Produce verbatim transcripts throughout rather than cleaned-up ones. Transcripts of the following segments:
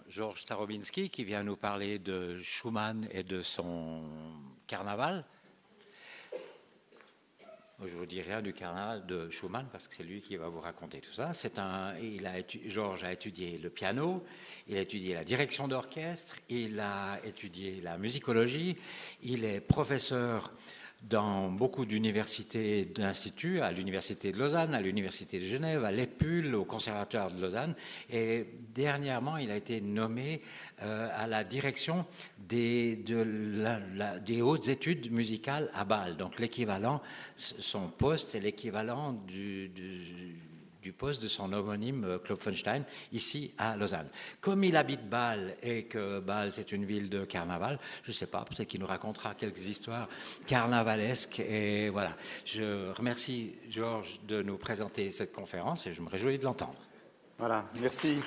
Georges Starobinski qui vient nous parler de Schumann et de son carnaval. Je vous dis rien du carnaval de Schumann parce que c'est lui qui va vous raconter tout ça. C'est un, il a, Georges a étudié le piano, il a étudié la direction d'orchestre, il a étudié la musicologie, il est professeur dans beaucoup d'universités et d'instituts, à l'Université de Lausanne, à l'Université de Genève, à l'E P U L, au Conservatoire de Lausanne. Et dernièrement, il a été nommé euh, à la direction des, de la, la, des hautes études musicales à Bâle. Donc l'équivalent, son poste est l'équivalent du, du du poste de son homonyme Klopfenstein, ici à Lausanne. Comme il habite Bâle et que Bâle, c'est une ville de carnaval, je ne sais pas, peut-être qu'il nous racontera quelques histoires carnavalesques. Et voilà, je remercie Georges de nous présenter cette conférence et je me réjouis de l'entendre. Voilà, merci.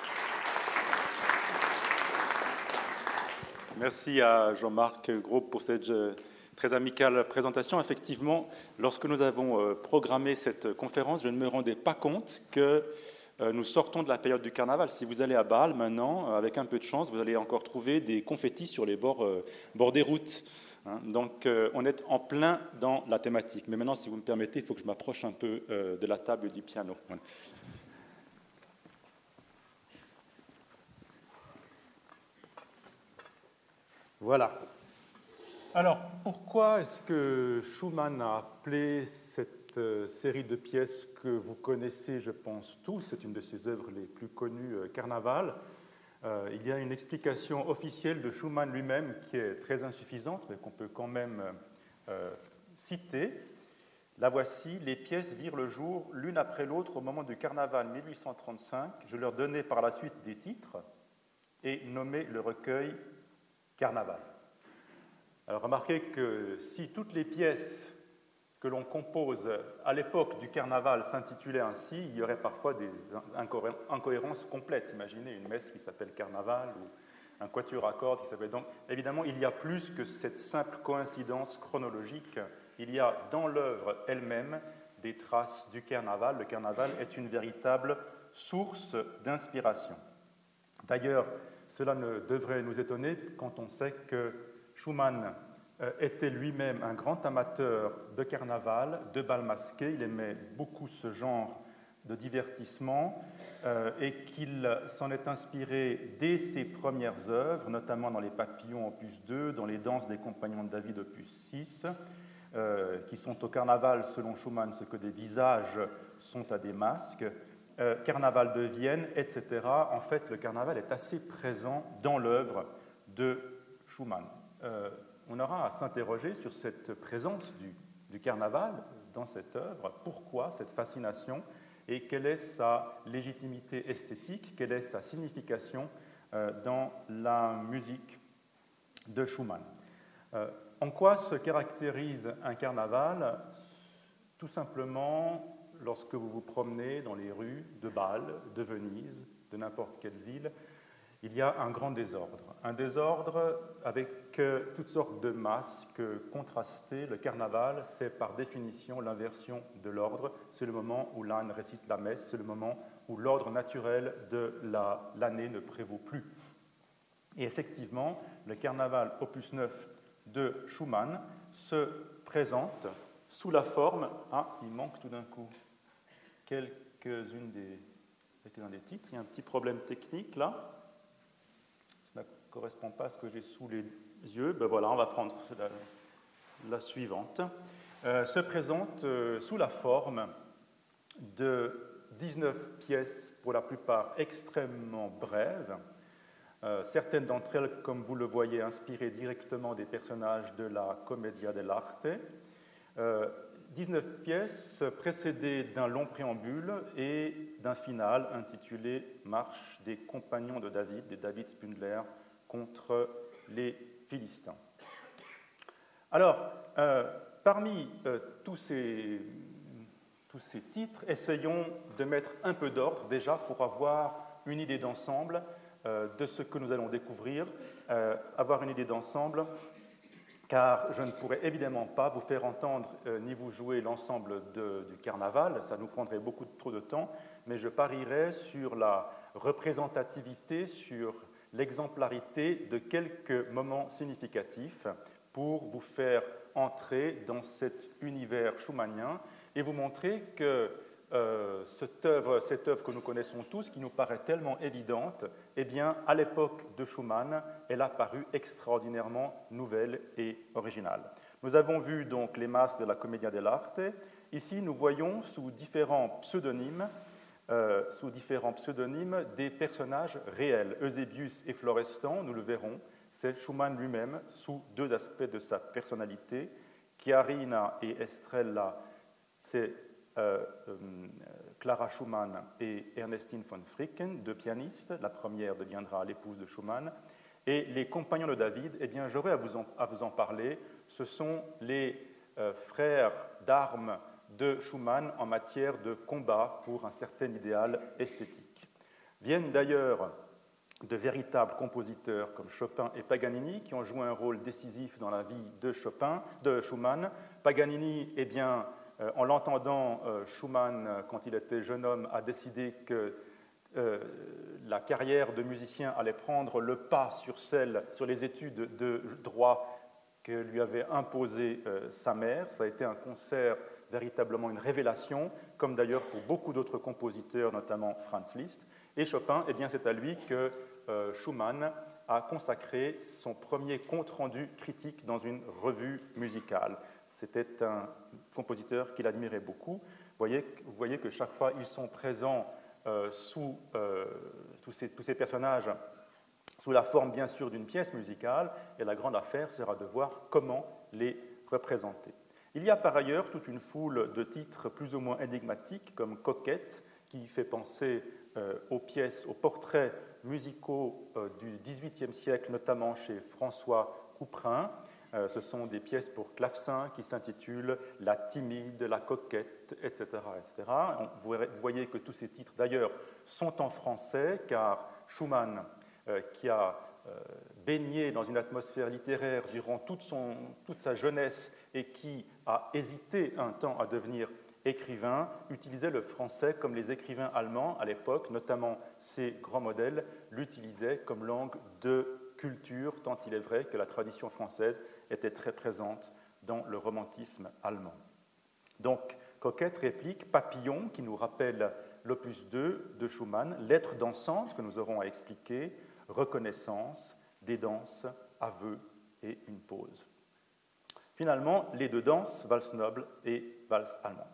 Merci à Jean-Marc Gros pour cette très amicale présentation. Effectivement, lorsque nous avons programmé cette conférence, je ne me rendais pas compte que nous sortons de la période du carnaval. Si vous allez à Bâle maintenant, avec un peu de chance, vous allez encore trouver des confettis sur les bords, bords des routes. Donc, on est en plein dans la thématique. Mais maintenant, si vous me permettez, il faut que je m'approche un peu de la table du piano. Voilà. Voilà. Alors, pourquoi est-ce que Schumann a appelé cette euh, série de pièces que vous connaissez, je pense, tous, c'est une de ses œuvres les plus connues, euh, Carnaval. Euh, il y a une explication officielle de Schumann lui-même qui est très insuffisante, mais qu'on peut quand même euh, citer. La voici, les pièces virent le jour l'une après l'autre au moment du Carnaval mille huit cent trente-cinq. Je leur donnai par la suite des titres et nommai le recueil Carnaval. Alors remarquez que si toutes les pièces que l'on compose à l'époque du carnaval s'intitulaient ainsi, il y aurait parfois des incohérences complètes. Imaginez une messe qui s'appelle Carnaval ou un quatuor à cordes qui s'appelle... Donc évidemment, il y a plus que cette simple coïncidence chronologique. Il y a dans l'œuvre elle-même des traces du carnaval. Le carnaval est une véritable source d'inspiration. D'ailleurs, cela ne devrait nous étonner quand on sait que Schumann était lui-même un grand amateur de carnaval, de bal masqué. Il aimait beaucoup ce genre de divertissement euh, et qu'il s'en est inspiré dès ses premières œuvres, notamment dans les Papillons opus deux, dans les Danses des Compagnons de David opus six, euh, qui sont au carnaval, selon Schumann, ce que des visages sont à des masques, euh, Carnaval de Vienne, et cetera. En fait, le carnaval est assez présent dans l'œuvre de Schumann. Euh, on aura à s'interroger sur cette présence du, du carnaval dans cette œuvre. Pourquoi cette fascination et quelle est sa légitimité esthétique, quelle est sa signification euh, dans la musique de Schumann. Euh, en quoi se caractérise un carnaval? Tout simplement, lorsque vous vous promenez dans les rues de Bâle, de Venise, de n'importe quelle ville, il y a un grand désordre. Un désordre avec euh, toutes sortes de masques contrastés. Le carnaval, c'est par définition l'inversion de l'ordre. C'est le moment où l'âne récite la messe, c'est le moment où l'ordre naturel de la, l'année ne prévaut plus. Et effectivement, le carnaval opus neuf de Schumann se présente sous la forme... Ah, il manque tout d'un coup quelques-unes des, quelques-uns des titres. Il y a un petit problème technique là. Ça ne correspond pas à ce que j'ai sous les yeux. Ben voilà, on va prendre la, la suivante. Euh, se présente euh, sous la forme de dix-neuf pièces, pour la plupart extrêmement brèves. Euh, certaines d'entre elles, comme vous le voyez, inspirées directement des personnages de la Commedia dell'arte. Euh, dix-neuf pièces précédées d'un long préambule et d'un final intitulé « Marche des compagnons de David », des David Spundler contre les Philistins. Alors, euh, parmi euh, tous, ces, tous ces titres, essayons de mettre un peu d'ordre déjà pour avoir une idée d'ensemble euh, de ce que nous allons découvrir, euh, avoir une idée d'ensemble, car je ne pourrais évidemment pas vous faire entendre euh, ni vous jouer l'ensemble de, du carnaval, ça nous prendrait beaucoup trop de temps, mais je parierais sur la représentativité, sur l'exemplarité de quelques moments significatifs pour vous faire entrer dans cet univers schumannien et vous montrer que euh, cette œuvre, cette œuvre que nous connaissons tous, qui nous paraît tellement évidente, eh bien, à l'époque de Schumann, elle a paru extraordinairement nouvelle et originale. Nous avons vu donc les masques de la Commedia dell'arte. Ici, nous voyons sous différents pseudonymes, euh, sous différents pseudonymes des personnages réels. Eusebius et Florestan, nous le verrons, c'est Schumann lui-même sous deux aspects de sa personnalité. Chiarina et Estrella, c'est euh, euh, Clara Schumann et Ernestine von Fricken, deux pianistes. La première deviendra l'épouse de Schumann. Et les compagnons de David, eh bien, j'aurais à vous en, à vous en parler. Ce sont les euh, frères d'armes de Schumann en matière de combat pour un certain idéal esthétique. Viennent d'ailleurs de véritables compositeurs comme Chopin et Paganini qui ont joué un rôle décisif dans la vie de, Chopin, de Schumann. Paganini, eh bien, euh, en l'entendant, euh, Schumann, quand il était jeune homme, a décidé que euh, la carrière de musicien allait prendre le pas sur celle, sur les études de droit que lui avait imposé euh, sa mère. Ça a été un concert véritablement une révélation, comme d'ailleurs pour beaucoup d'autres compositeurs, notamment Franz Liszt. Et Chopin, eh bien, c'est à lui que euh, Schumann a consacré son premier compte-rendu critique dans une revue musicale. C'était un compositeur qu'il admirait beaucoup. Vous voyez, vous voyez que chaque fois, ils sont présents euh, sous euh, tous, ces, tous ces personnages, sous la forme, bien sûr, d'une pièce musicale, et la grande affaire sera de voir comment les représenter. Il y a par ailleurs toute une foule de titres plus ou moins énigmatiques, comme Coquette, qui fait penser euh, aux pièces, aux portraits musicaux euh, du dix-huitième siècle, notamment chez François Couperin. Euh, ce sont des pièces pour clavecin qui s'intitulent « La timide »,« La coquette », et cetera, et cetera. On, vous voyez que tous ces titres, d'ailleurs, sont en français, car Schumann, euh, qui a euh, baigné dans une atmosphère littéraire durant toute, son, toute sa jeunesse et qui a hésité un temps à devenir écrivain, utilisait le français comme les écrivains allemands à l'époque, notamment ces grands modèles, l'utilisaient comme langue de culture, tant il est vrai que la tradition française était très présente dans le romantisme allemand. Donc, Coquette réplique Papillon, qui nous rappelle l'opus deux de Schumann, Lettre dansante, que nous aurons à expliquer, Reconnaissance, des danses, aveux et une pause. Finalement, les deux danses, valse noble et valse allemande.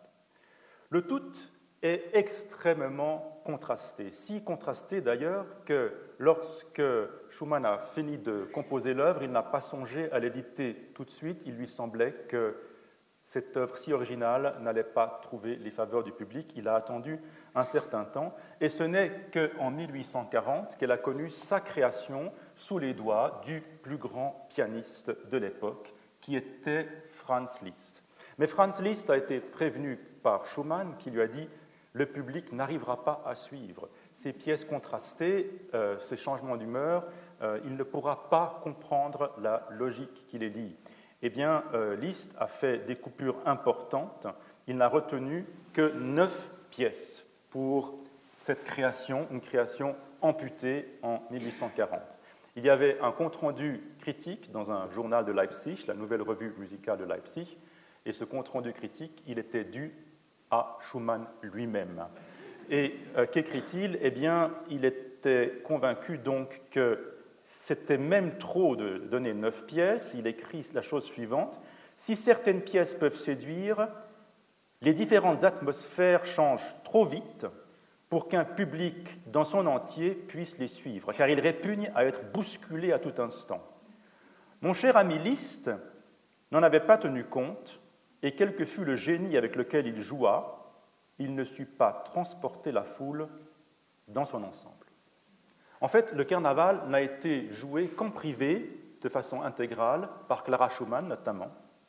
Le tout est extrêmement contrasté, si contrasté d'ailleurs que lorsque Schumann a fini de composer l'œuvre, il n'a pas songé à l'éditer tout de suite. Il lui semblait que cette œuvre si originale n'allait pas trouver les faveurs du public. Il a attendu un certain temps, et ce n'est qu'en mille huit cent quarante qu'elle a connu sa création sous les doigts du plus grand pianiste de l'époque, qui était Franz Liszt. Mais Franz Liszt a été prévenu par Schumann, qui lui a dit « le public n'arrivera pas à suivre. Ces pièces contrastées, euh, ces changements d'humeur, euh, il ne pourra pas comprendre la logique qui les lie. » Eh bien, euh, Liszt a fait des coupures importantes. Il n'a retenu que neuf pièces pour cette création, une création amputée en mille huit cent quarante. Il y avait un compte-rendu critique dans un journal de Leipzig, la nouvelle revue musicale de Leipzig, et ce compte-rendu critique, il était dû à Schumann lui-même. Et euh, qu'écrit-il ? Eh bien, il était convaincu donc que c'était même trop de donner neuf pièces. Il écrit la chose suivante. « Si certaines pièces peuvent séduire, les différentes atmosphères changent trop vite pour qu'un public dans son entier puisse les suivre, car il répugne à être bousculé à tout instant. Mon cher ami Liszt n'en avait pas tenu compte, et quel que fût le génie avec lequel il joua, il ne sut pas transporter la foule dans son ensemble. » En fait, le carnaval n'a été joué qu'en privé, de façon intégrale, par Clara Schumann notamment,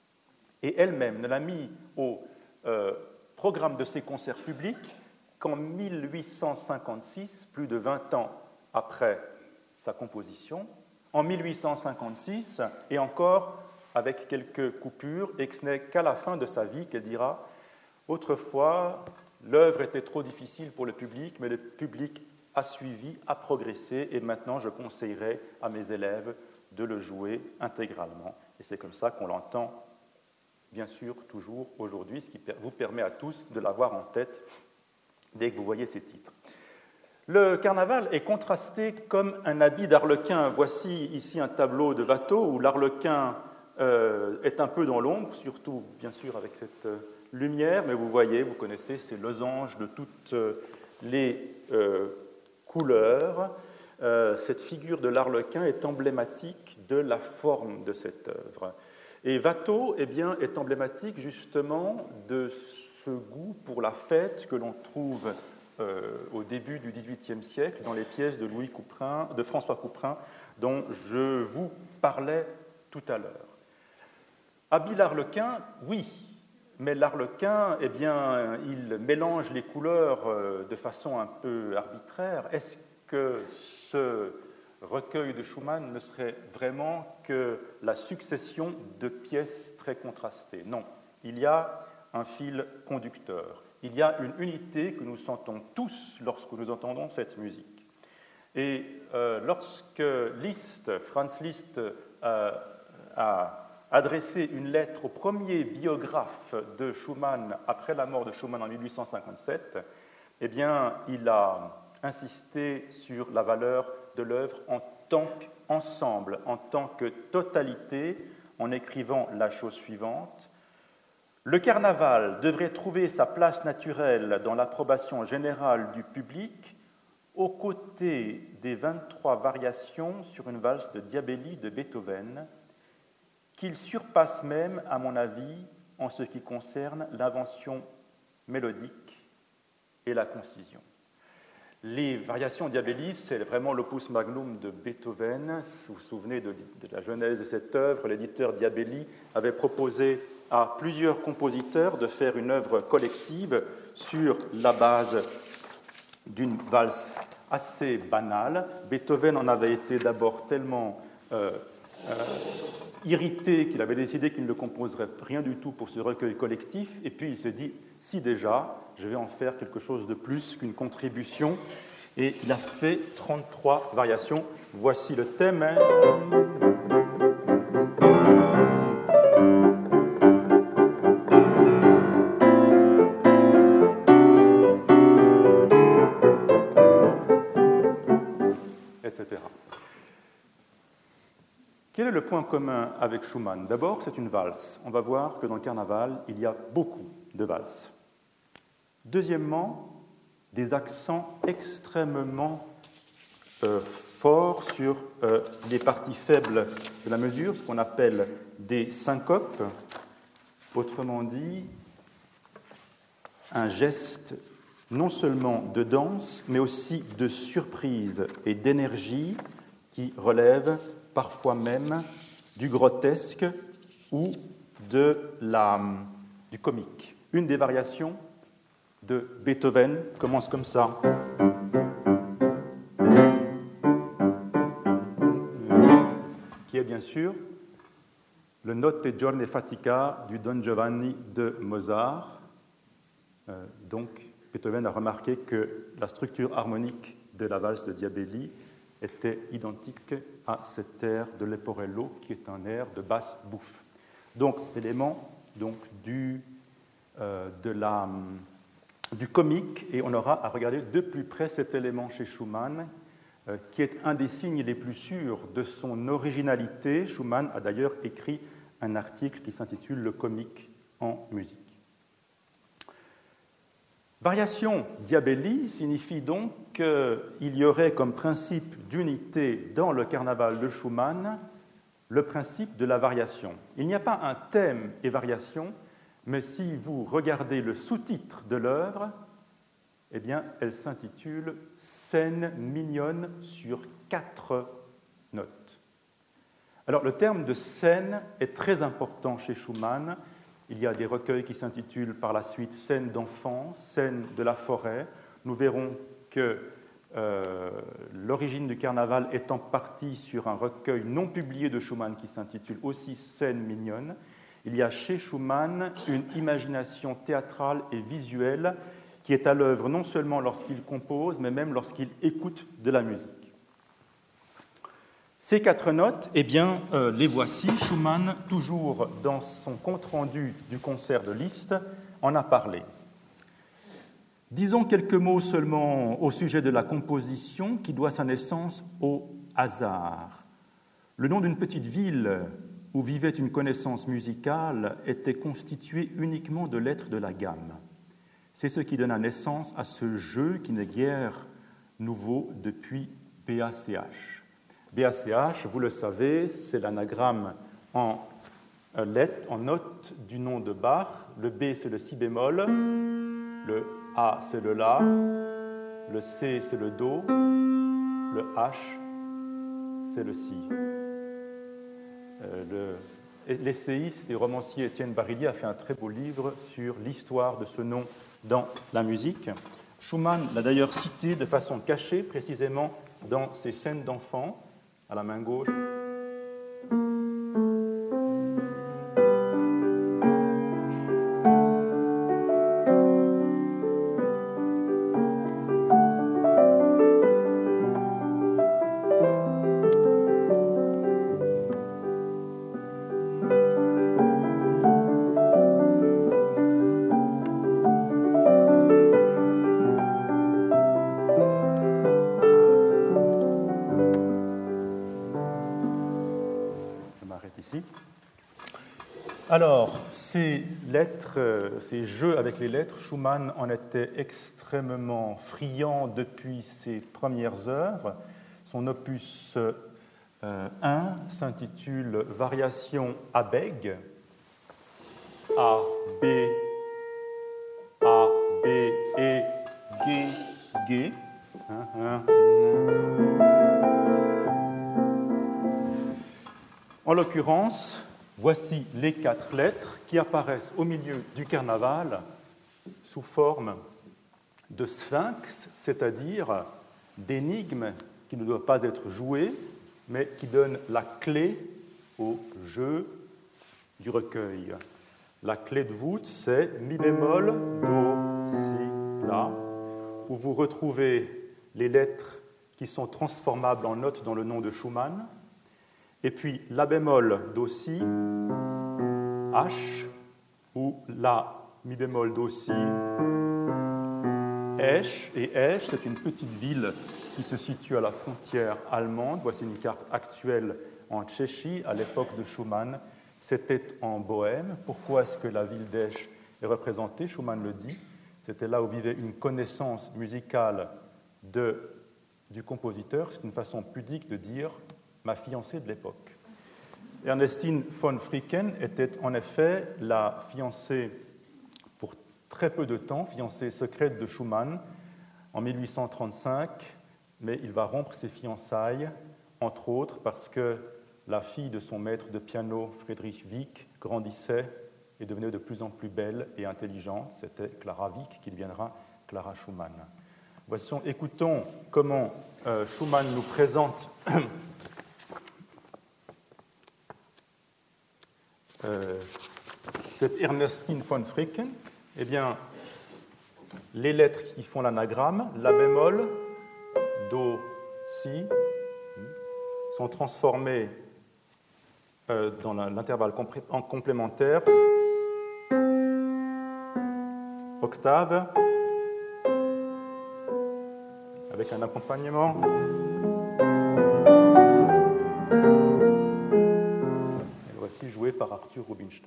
et elle-même ne l'a mis au euh, programme de ses concerts publics qu'en mille huit cent cinquante-six, plus de vingt ans après sa composition, en mille huit cent cinquante-six, et encore avec quelques coupures, et que ce n'est qu'à la fin de sa vie qu'elle dira « Autrefois, l'œuvre était trop difficile pour le public, mais le public a suivi, a progressé, et maintenant je conseillerais à mes élèves de le jouer intégralement. Et c'est comme ça qu'on l'entend, bien sûr, toujours aujourd'hui, ce qui vous permet à tous de l'avoir en tête dès que vous voyez ces titres. Le carnaval est contrasté comme un habit d'arlequin. Voici ici un tableau de Watteau où l'arlequin euh, est un peu dans l'ombre, surtout, bien sûr, avec cette euh, lumière, mais vous voyez, vous connaissez ces losanges de toutes euh, les euh, couleurs. Euh, cette figure de l'arlequin est emblématique de la forme de cette œuvre. Et Watteau, eh bien, est emblématique justement de ce goût pour la fête que l'on trouve euh, au début du dix-huitième siècle dans les pièces de, Louis Couperin, de François Couperin dont je vous parlais tout à l'heure. Habile arlequin, oui, mais l'arlequin, eh bien, il mélange les couleurs de façon un peu arbitraire. Est-ce que ce recueil de Schumann ne serait vraiment que la succession de pièces très contrastées? Non, il y a un fil conducteur. Il y a une unité que nous sentons tous lorsque nous entendons cette musique. Et euh, lorsque Liszt, Franz Liszt, euh, a adressé une lettre au premier biographe de Schumann après la mort de Schumann en mille huit cent cinquante-sept, eh bien, il a insisté sur la valeur de l'œuvre en tant qu'ensemble, en tant que totalité, en écrivant la chose suivante. Le carnaval devrait trouver sa place naturelle dans l'approbation générale du public aux côtés des vingt-trois variations sur une valse de Diabelli de Beethoven, qu'il surpasse même, à mon avis, en ce qui concerne l'invention mélodique et la concision. Les variations Diabelli, c'est vraiment l'opus magnum de Beethoven. Vous vous souvenez de, de la genèse de cette œuvre, l'éditeur Diabelli avait proposé à plusieurs compositeurs de faire une œuvre collective sur la base d'une valse assez banale. Beethoven en avait été d'abord tellement euh, euh, irrité qu'il avait décidé qu'il ne composerait rien du tout pour ce recueil collectif, et puis il s'est dit, si déjà, je vais en faire quelque chose de plus qu'une contribution, et il a fait trente-trois variations. Voici le thème. et cetera. Quel est le point commun avec Schumann? D'abord, c'est une valse. On va voir que dans le carnaval, il y a beaucoup de valses. Deuxièmement, des accents extrêmement euh, forts sur euh, les parties faibles de la mesure, ce qu'on appelle des syncopes. Autrement dit, un geste non seulement de danse, mais aussi de surprise et d'énergie qui relève parfois même du grotesque ou de la, du comique. Une des variations de Beethoven commence comme ça. Qui est bien sûr le Notte e giorni fatica du Don Giovanni de Mozart. Euh, donc, Beethoven a remarqué que la structure harmonique de la valse de Diabelli était identique à cet air de Leporello, qui est un air de basse bouffe. Donc, élément donc, du, euh, de la, du comique, et on aura à regarder de plus près cet élément chez Schumann, euh, qui est un des signes les plus sûrs de son originalité. Schumann a d'ailleurs écrit un article qui s'intitule « Le comique en musique ». Variation Diabelli signifie donc qu'il y aurait comme principe d'unité dans le carnaval de Schumann le principe de la variation. Il n'y a pas un thème et variation, mais si vous regardez le sous-titre de l'œuvre, eh bien, elle s'intitule « Scène mignonne sur quatre notes ». Alors, le terme de scène est très important chez Schumann. Il y a des recueils qui s'intitulent par la suite « Scènes d'enfance »,« Scènes de la forêt ». Nous verrons que euh, l'origine du carnaval est en partie sur un recueil non publié de Schumann qui s'intitule aussi « Scènes mignonnes ». Il y a chez Schumann une imagination théâtrale et visuelle qui est à l'œuvre non seulement lorsqu'il compose, mais même lorsqu'il écoute de la musique. Ces quatre notes, eh bien, euh, les voici. Schumann, toujours dans son compte-rendu du concert de Liszt, en a parlé. Disons quelques mots seulement au sujet de la composition qui doit sa naissance au hasard. Le nom d'une petite ville où vivait une connaissance musicale était constitué uniquement de lettres de la gamme. C'est ce qui donna naissance à ce jeu qui n'est guère nouveau depuis B A C H. B A C H, vous le savez, c'est l'anagramme en lettres, en notes du nom de Bach. Le B, c'est le si bémol, le A, c'est le La, le C, c'est le Do, le H, c'est le Si. Euh, le, l'essayiste et romancier Étienne Barillier a fait un très beau livre sur l'histoire de ce nom dans la musique. Schumann l'a d'ailleurs cité de façon cachée, précisément dans ses scènes d'enfants, à la main gauche. Alors, ces lettres, ces jeux avec les lettres, Schumann en était extrêmement friand depuis ses premières œuvres. Son opus euh, un s'intitule Variation à bègue, A, B, A, B, E, G, G. Hein, hein. En l'occurrence, voici les quatre lettres qui apparaissent au milieu du carnaval sous forme de sphinx, c'est-à-dire d'énigmes qui ne doivent pas être jouées, mais qui donnent la clé au jeu du recueil. La clé de voûte, c'est mi bémol, do, si, la, où vous retrouvez les lettres qui sont transformables en notes dans le nom de Schumann. Et puis la bémol, do, si, H, ou la, mi bémol, do, si, Esch. Et Esch, c'est une petite ville qui se situe à la frontière allemande. Voici une carte actuelle en Tchéchie. À l'époque de Schumann, c'était en Bohême. Pourquoi est-ce que la ville d'Esch est représentée? Schumann le dit. C'était là où vivait une connaissance musicale de, du compositeur. C'est une façon pudique de dire ma fiancée de l'époque. Ernestine von Fricken était en effet la fiancée, pour très peu de temps, fiancée secrète de Schumann en mille huit cent trente-cinq, mais il va rompre ses fiançailles, entre autres parce que la fille de son maître de piano, Friedrich Wieck, grandissait et devenait de plus en plus belle et intelligente. C'était Clara Wieck qui deviendra Clara Schumann. Voici, écoutons comment euh, Schumann nous présente euh, cette Ernestine von Fricken. Eh bien, les lettres qui font l'anagramme, la bémol, do, si, sont transformées euh, dans l'intervalle compré- en complémentaire, octave, avec un accompagnement. Et voici joué par Arthur Rubinstein.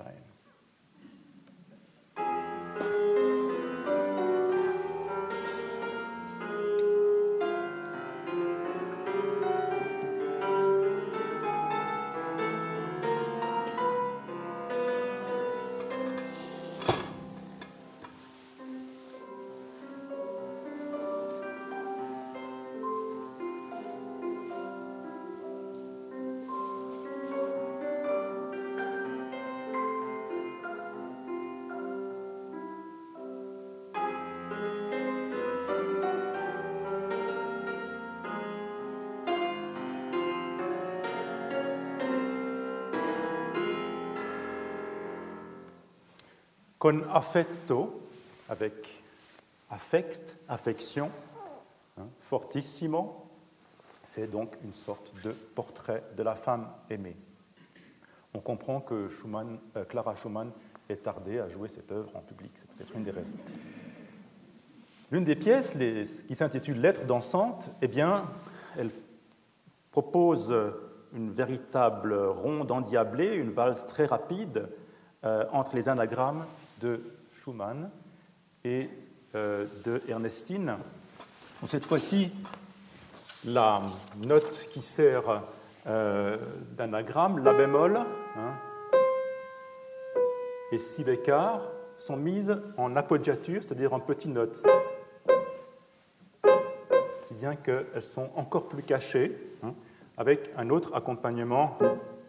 Con affetto, avec affect, affection, hein, fortissimo, c'est donc une sorte de portrait de la femme aimée. On comprend que Schumann, euh, Clara Schumann est tardée à jouer cette œuvre en public, c'est peut-être une des raisons. L'une des pièces, les, qui s'intitule Lettres dansantes, eh bien, elle propose une véritable ronde endiablée, une valse très rapide euh, entre les anagrammes de Schumann et euh, de Ernestine. Donc, cette fois-ci, la note qui sert euh, d'anagramme, la bémol, hein, et si bécard, sont mises en appoggiature, c'est-à-dire en petites notes, si bien qu'elles sont encore plus cachées, hein, avec un autre accompagnement.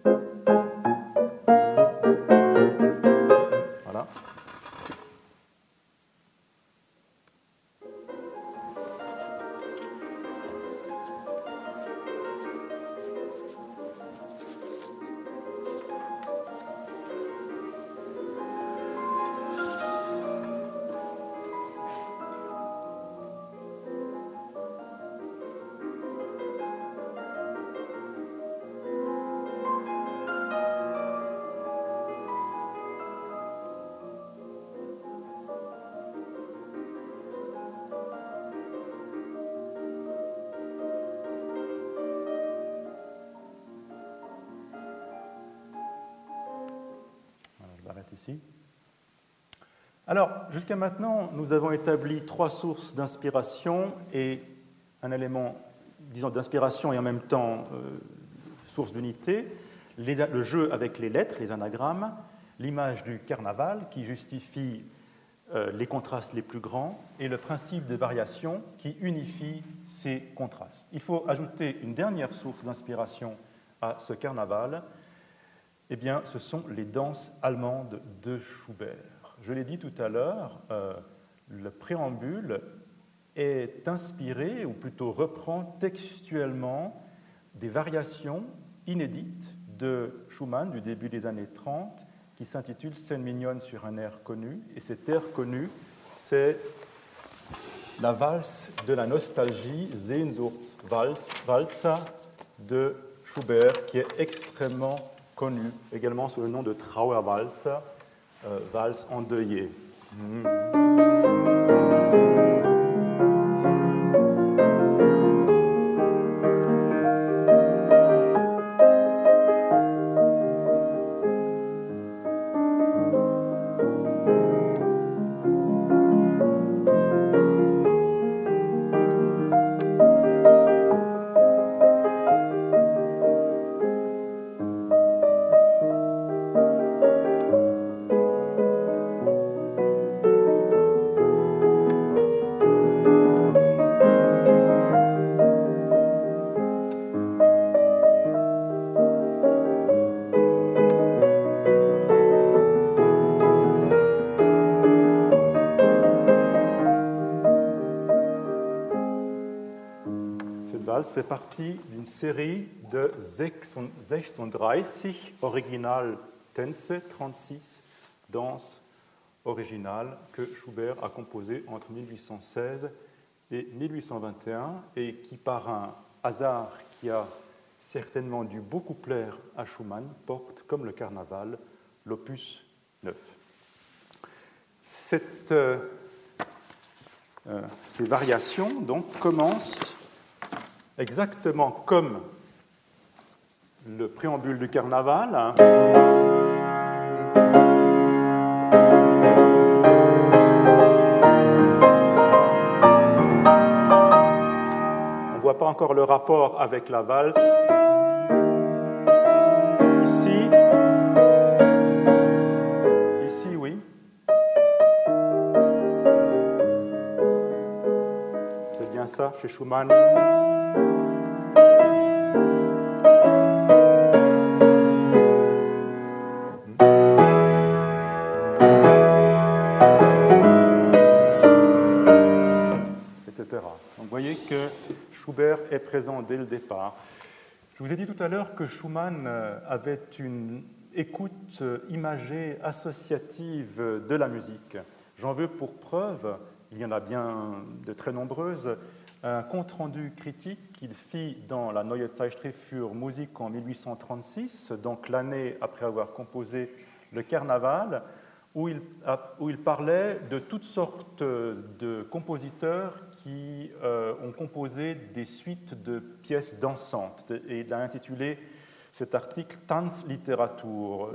Voilà. Ici. Alors, jusqu'à maintenant, nous avons établi trois sources d'inspiration et un élément, disons, d'inspiration et en même temps euh, source d'unité, les, le jeu avec les lettres, les anagrammes, l'image du carnaval qui justifie euh, les contrastes les plus grands et le principe de variation qui unifie ces contrastes. Il faut ajouter une dernière source d'inspiration à ce carnaval. Eh bien, ce sont les danses allemandes de Schubert. Je l'ai dit tout à l'heure, euh, le préambule est inspiré, ou plutôt reprend textuellement des variations inédites de Schumann du début des années trente, qui s'intitule Scène mignonne sur un air connu. Et cet air connu, c'est la valse de la nostalgie, Sehnsuchtswalzer de Schubert, qui est extrêmement connu également sous le nom de Trauerwalzer, euh, valse endeuillée. Mmh. fait partie d'une série de sechsunddreißig Originaltänze, trente-six danses originales que Schubert a composées entre mille huit cent seize et mille huit cent vingt et un et qui, par un hasard qui a certainement dû beaucoup plaire à Schumann, portent, comme le carnaval, l'opus neuf. Cette, euh, euh, ces variations donc, commencent exactement comme le préambule du carnaval. Hein. On ne voit pas encore le rapport avec la valse. Ici, ici, oui. C'est bien ça chez Schumann. Schubert est présent dès le départ. Je vous ai dit tout à l'heure que Schumann avait une écoute imagée, associative de la musique. J'en veux pour preuve il y en a bien de très nombreuses, un compte-rendu critique qu'il fit dans la Neue Zeitschrift für Musik en mille huit cent trente-six, donc l'année après avoir composé le Carnaval, où il, où il parlait de toutes sortes de compositeurs qui euh, ont composé des suites de pièces dansantes. Et il a intitulé cet article « Tanzliteratur »,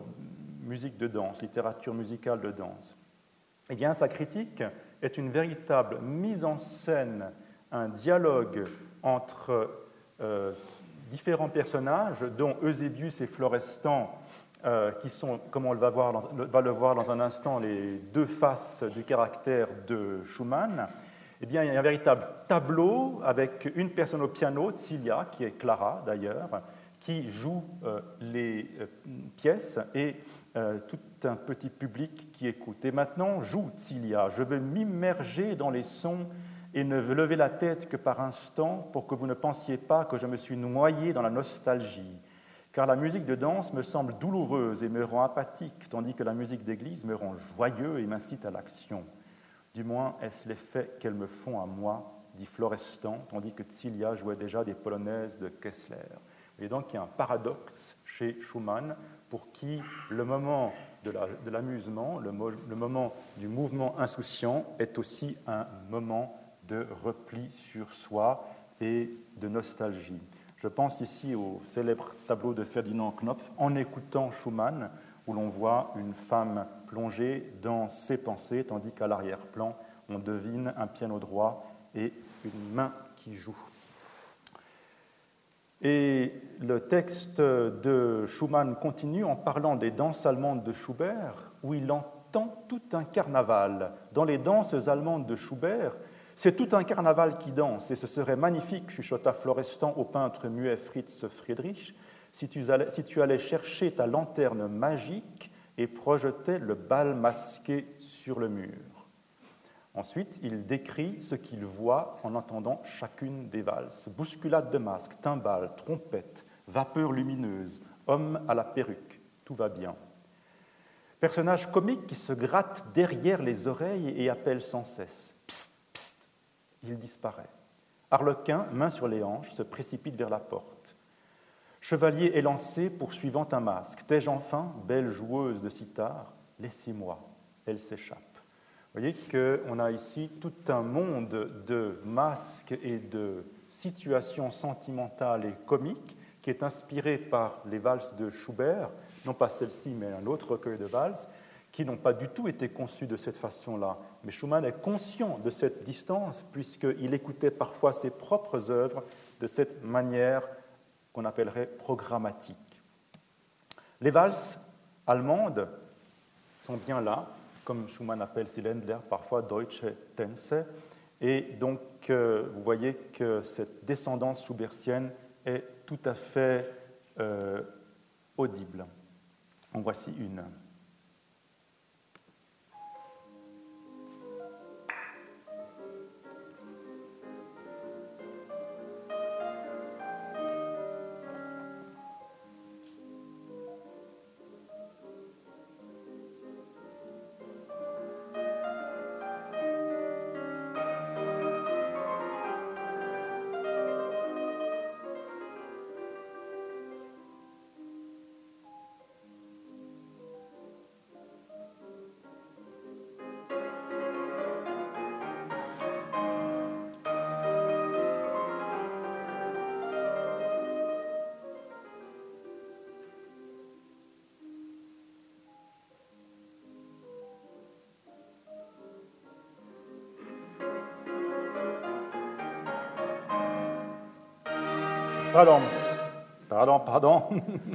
musique de danse, littérature musicale de danse. Eh bien, sa critique est une véritable mise en scène, un dialogue entre euh, différents personnages, dont Eusébius et Florestan, euh, qui sont, comme on va, voir, va le voir dans un instant, les deux faces du caractère de Schumann. Eh bien, il y a un véritable tableau avec une personne au piano, Cilia, qui est Clara d'ailleurs, qui joue euh, les euh, pièces et euh, tout un petit public qui écoute. Et maintenant, joue Cilia, je veux m'immerger dans les sons et ne lever la tête que par instant pour que vous ne pensiez pas que je me suis noyé dans la nostalgie. Car la musique de danse me semble douloureuse et me rend apathique, tandis que la musique d'église me rend joyeux et m'incite à l'action. Du moins, est-ce l'effet qu'elles me font à moi, dit Florestan, tandis que Cilia jouait déjà des polonaises de Kessler. Et donc, il y a un paradoxe chez Schumann pour qui le moment de, la, de l'amusement, le, mo, le moment du mouvement insouciant est aussi un moment de repli sur soi et de nostalgie. Je pense ici au célèbre tableau de Ferdinand Knopf, En écoutant Schumann, où l'on voit une femme plongée dans ses pensées, tandis qu'à l'arrière-plan, on devine un piano droit et une main qui joue. Et le texte de Schumann continue en parlant des danses allemandes de Schubert, où il entend tout un carnaval. Dans les danses allemandes de Schubert, c'est tout un carnaval qui danse, et ce serait magnifique, chuchota Florestan au peintre muet Fritz Friedrich, si tu allais, si tu allais chercher ta lanterne magique et projetais le bal masqué sur le mur. Ensuite, il décrit ce qu'il voit en entendant chacune des valses. Bousculade de masques, timbales, trompettes, vapeur lumineuse, homme à la perruque, tout va bien. Personnage comique qui se gratte derrière les oreilles et appelle sans cesse. Psst, psst, il disparaît. Arlequin, main sur les hanches, se précipite vers la porte. Chevalier élancé poursuivant un masque. T'ai-je enfin, belle joueuse de sitar, laissez-moi, elle s'échappe. Vous voyez qu'on a ici tout un monde de masques et de situations sentimentales et comiques qui est inspiré par les valses de Schubert, non pas celle-ci, mais un autre recueil de valses, qui n'ont pas du tout été conçues de cette façon-là. Mais Schumann est conscient de cette distance, puisqu'il écoutait parfois ses propres œuvres de cette manière qu'on appellerait programmatique. Les valses allemandes sont bien là, comme Schumann appelle sie Ländler, parfois Deutsche Tänze, et donc euh, vous voyez que cette descendance schubertienne est tout à fait euh, audible. En voici une. Pardon, pardon, pardon.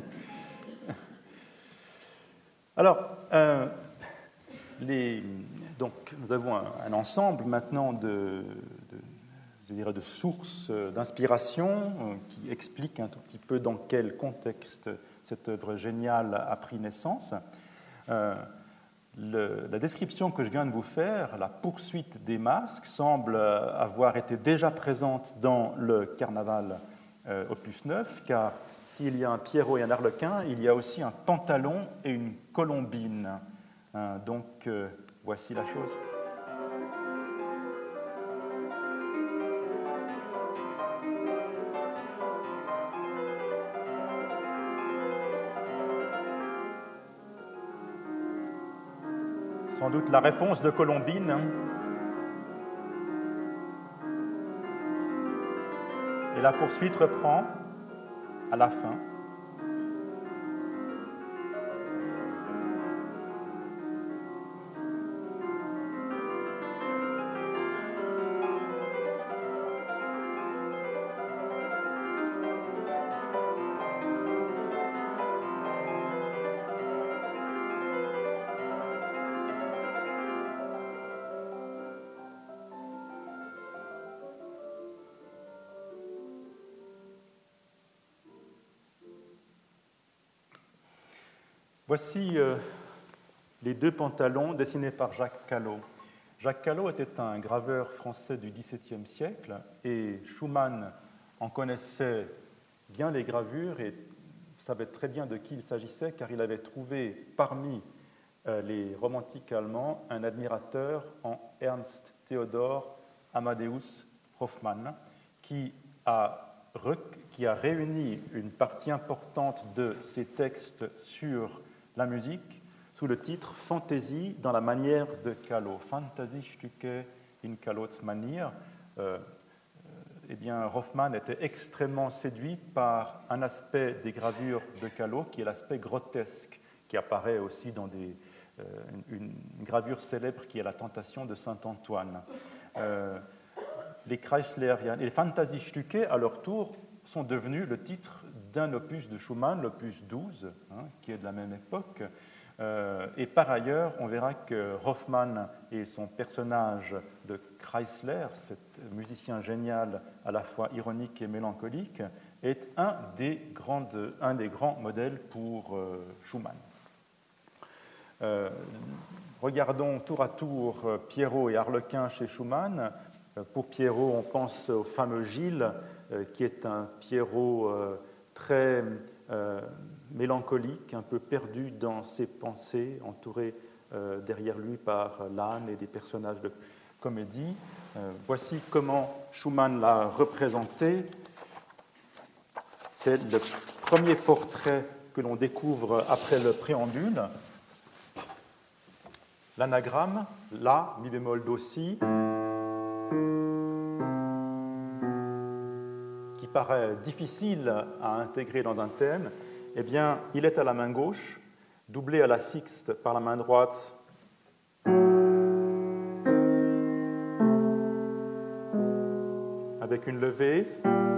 Alors, euh, les, donc, nous avons un, un ensemble maintenant de, de, je dirais de sources d'inspiration euh, qui expliquent un tout petit peu dans quel contexte cette œuvre géniale a pris naissance. Euh, le, la description que je viens de vous faire, la poursuite des masques, semble avoir été déjà présente dans le Carnaval Euh, opus neuf, car s'il y a un Pierrot et un Arlequin, il y a aussi un pantalon et une colombine. Hein, donc, euh, voici la chose. Sans doute la réponse de Colombine. Et la poursuite reprend à la fin. Voici euh, les deux pantalons dessinés par Jacques Callot. Jacques Callot était un graveur français du dix-septième siècle et Schumann en connaissait bien les gravures et savait très bien de qui il s'agissait car il avait trouvé parmi euh, les romantiques allemands un admirateur en Ernst Theodor Amadeus Hoffmann qui a, qui a réuni une partie importante de ses textes sur la musique sous le titre Fantaisie dans la manière de Callot, Fantasiestücke in Callots Manier. Euh, eh bien, Hoffmann était extrêmement séduit par un aspect des gravures de Callot, qui est l'aspect grotesque, qui apparaît aussi dans des, euh, une, une gravure célèbre qui est la Tentation de saint Antoine. Euh, les Kreislerian et les Fantasiestücke, à leur tour, sont devenus le titre d'un opus de Schumann, l'opus douze, hein, qui est de la même époque. Euh, et par ailleurs, on verra que Hoffmann et son personnage de Kreisler, cet musicien génial à la fois ironique et mélancolique, est un des, grandes, un des grands modèles pour euh, Schumann. Euh, regardons tour à tour Pierrot et Arlequin chez Schumann. Pour Pierrot, on pense au fameux Gilles, euh, qui est un Pierrot euh, très euh, mélancolique, un peu perdu dans ses pensées, entouré euh, derrière lui par l'âne et des personnages de comédie. Euh, voici comment Schumann l'a représenté. C'est le premier portrait que l'on découvre après le préambule. L'anagramme, La, Mi bémol, Do, Si, qui paraît difficile à intégrer dans un thème, eh bien, il est à la main gauche, doublé à la sixte par la main droite, avec une levée,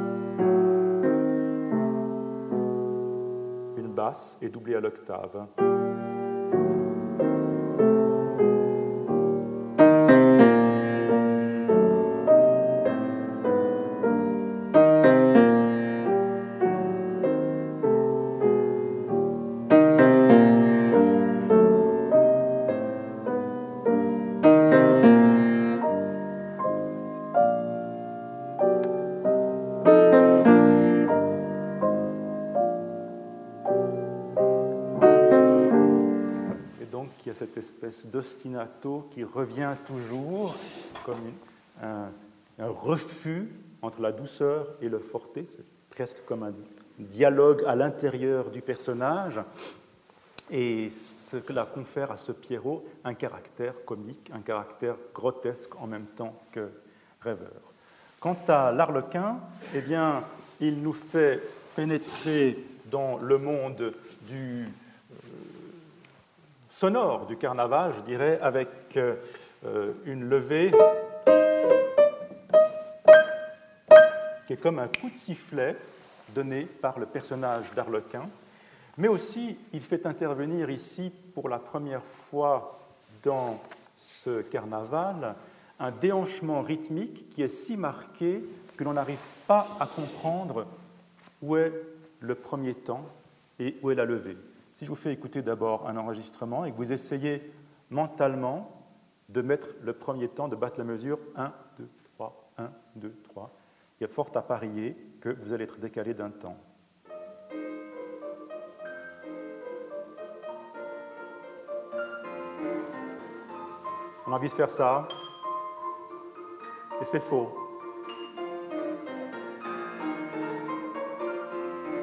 une basse et doublé à l'octave. D'ostinato qui revient toujours comme une, un, un refus entre la douceur et le forte, c'est presque comme un dialogue à l'intérieur du personnage, et cela confère à ce Pierrot un caractère comique, un caractère grotesque en même temps que rêveur. Quant à l'Arlequin, eh bien, il nous fait pénétrer dans le monde du sonore du carnaval, je dirais, avec euh, une levée qui est comme un coup de sifflet donné par le personnage d'Arlequin, mais aussi il fait intervenir ici pour la première fois dans ce carnaval un déhanchement rythmique qui est si marqué que l'on n'arrive pas à comprendre où est le premier temps et où est la levée. Si je vous fais écouter d'abord un enregistrement et que vous essayez mentalement de mettre le premier temps, de battre la mesure un, deux, trois, un, deux, trois, il y a fort à parier que vous allez être décalé d'un temps. On a envie de faire ça, et c'est faux.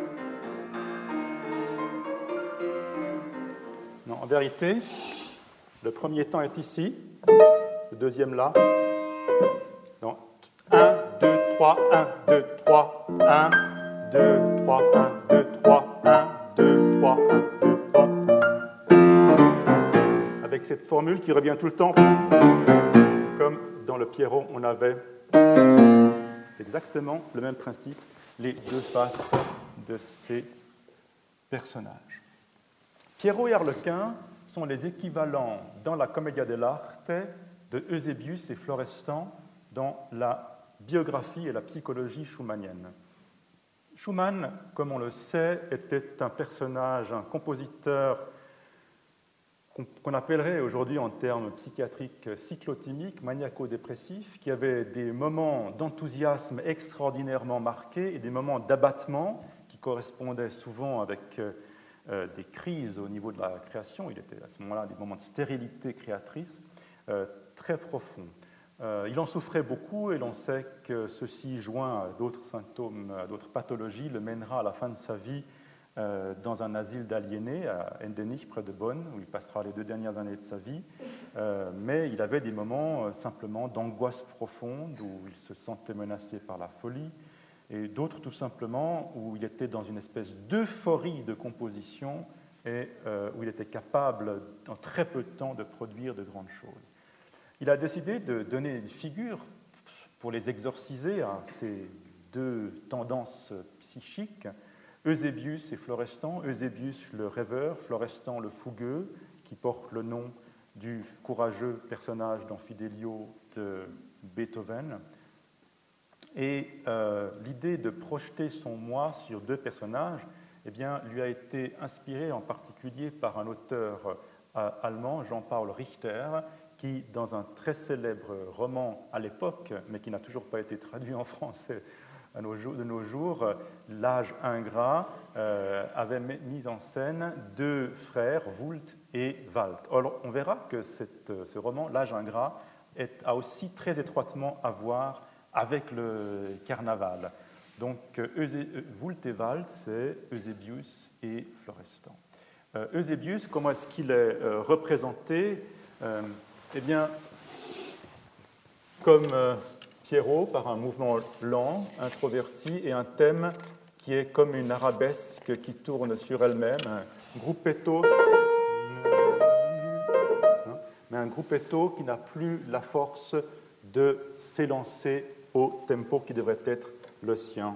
En vérité, Le premier temps est ici, le deuxième là. Donc, un, deux, trois, un, deux, trois, un, deux, trois, un, deux, trois, un, deux, trois, un, deux, trois. Avec cette formule qui revient tout le temps, comme dans le Pierrot, on avait exactement le même principe, les deux faces de ces personnages. Pierrot et Arlequin sont les équivalents dans la Commedia dell'arte de Eusébius et Florestan dans la biographie et la psychologie schumannienne. Schumann, comme on le sait, était un personnage, un compositeur qu'on appellerait aujourd'hui en termes psychiatriques cyclotimiques, maniaco-dépressif, qui avait des moments d'enthousiasme extraordinairement marqués et des moments d'abattement qui correspondaient souvent avec euh, des crises au niveau de la création. Il était à ce moment-là des moments de stérilité créatrice euh, très profonds. Euh, il en souffrait beaucoup et l'on sait que ceci, joint à d'autres symptômes, à d'autres pathologies, le mènera à la fin de sa vie euh, dans un asile d'aliénés à Endenich, près de Bonn, où il passera les deux dernières années de sa vie. Euh, mais il avait des moments euh, simplement d'angoisse profonde où il se sentait menacé par la folie, et d'autres tout simplement où il était dans une espèce d'euphorie de composition et euh, où il était capable, en très peu de temps, de produire de grandes choses. Il a décidé de donner une figure pour les exorciser à ces deux tendances psychiques, Eusébius et Florestan. Eusébius le rêveur, Florestan le fougueux, qui porte le nom du courageux personnage dans Fidelio de Beethoven. Et euh, l'idée de projeter son moi sur deux personnages eh bien, lui a été inspirée en particulier par un auteur euh, allemand, Jean-Paul Richter, qui, dans un très célèbre roman à l'époque, mais qui n'a toujours pas été traduit en français à nos jours, de nos jours, L'âge ingrat, euh, avait mis en scène deux frères, Wult et Wald. Alors, on verra que cette, ce roman, L'âge ingrat, est, a aussi très étroitement à voir avec le carnaval. Donc, Eusé, Wult et Wald, c'est Eusébius et Florestan. Euh, Eusébius, comment est-ce qu'il est euh, représenté euh, Eh bien, comme euh, Pierrot, par un mouvement lent, introverti, et un thème qui est comme une arabesque qui tourne sur elle-même, un gruppetto, mais un gruppetto qui n'a plus la force de s'élancer au tempo qui devrait être le sien.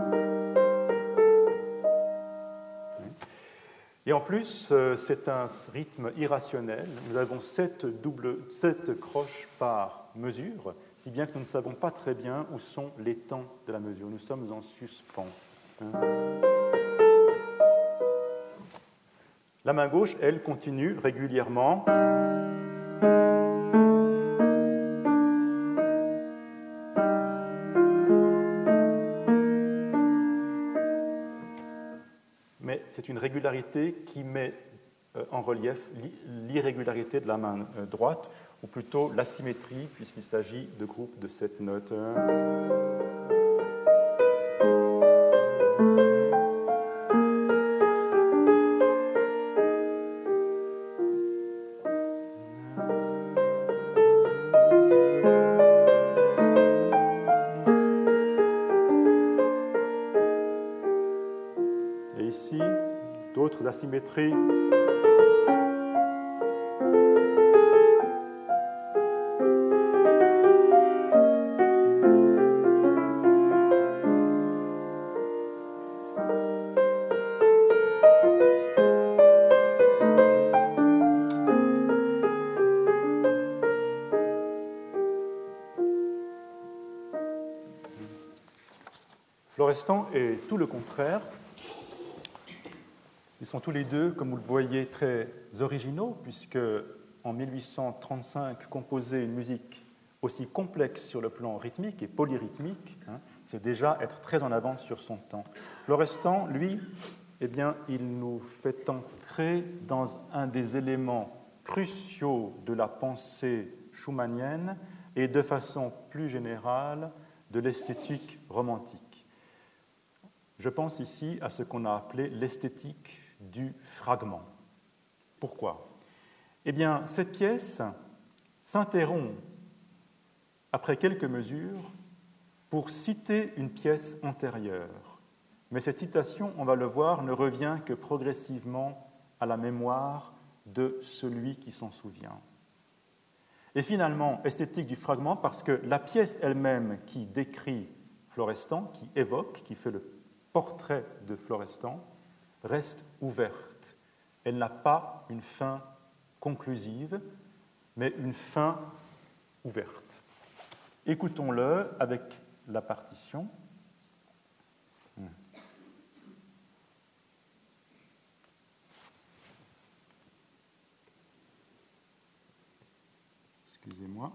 Et en plus, c'est un rythme irrationnel. Nous avons sept, double, sept croches par mesure, si bien que nous ne savons pas très bien où sont les temps de la mesure. Nous sommes en suspens. La main gauche, elle, continue régulièrement. Mais c'est une régularité qui met en relief l'irrégularité de la main droite, ou plutôt l'asymétrie, puisqu'il s'agit de groupes de sept notes. Et ici, d'autres asymétries. Florestan est tout le contraire. Ils sont tous les deux, comme vous le voyez, très originaux, puisque en mille huit cent trente-cinq, composer une musique aussi complexe sur le plan rythmique et polyrythmique, hein, c'est déjà être très en avance sur son temps. Florestan, lui, eh bien, il nous fait entrer dans un des éléments cruciaux de la pensée schumannienne et de façon plus générale de l'esthétique romantique. Je pense ici à ce qu'on a appelé l'esthétique du fragment. Pourquoi ? Eh bien, cette pièce s'interrompt après quelques mesures pour citer une pièce antérieure. Mais cette citation, on va le voir, ne revient que progressivement à la mémoire de celui qui s'en souvient. Et finalement, esthétique du fragment, parce que la pièce elle-même qui décrit Florestan, qui évoque, qui fait le portrait de Florestan, reste ouverte. Elle n'a pas une fin conclusive, mais une fin ouverte. Écoutons-le avec la partition. Excusez-moi.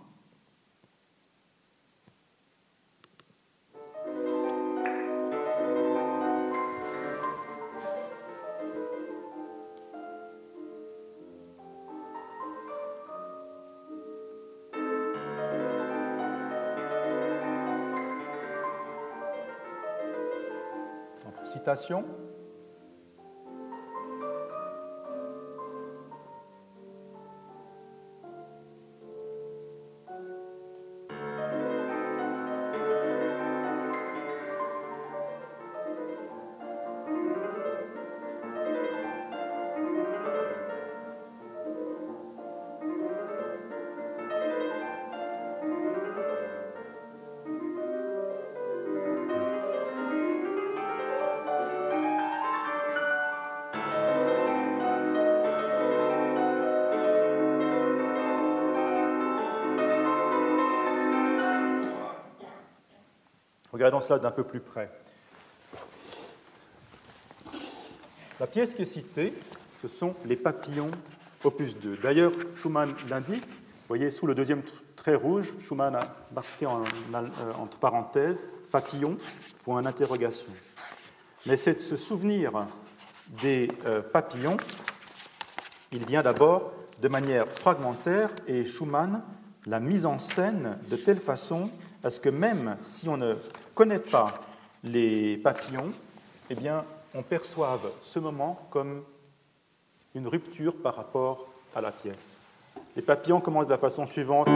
Donc, citation. Regardons cela d'un peu plus près. La pièce qui est citée, ce sont les papillons, opus deux. D'ailleurs, Schumann l'indique, vous voyez, sous le deuxième trait rouge, Schumann a marqué en, entre parenthèses « papillon » point d'interrogation. Mais c'est de se souvenir des euh, papillons, il vient d'abord de manière fragmentaire, et Schumann l'a mise en scène de telle façon à ce que même si on ne connaît pas les papillons, eh bien, on perçoive ce moment comme une rupture par rapport à la pièce. Les papillons commencent de la façon suivante.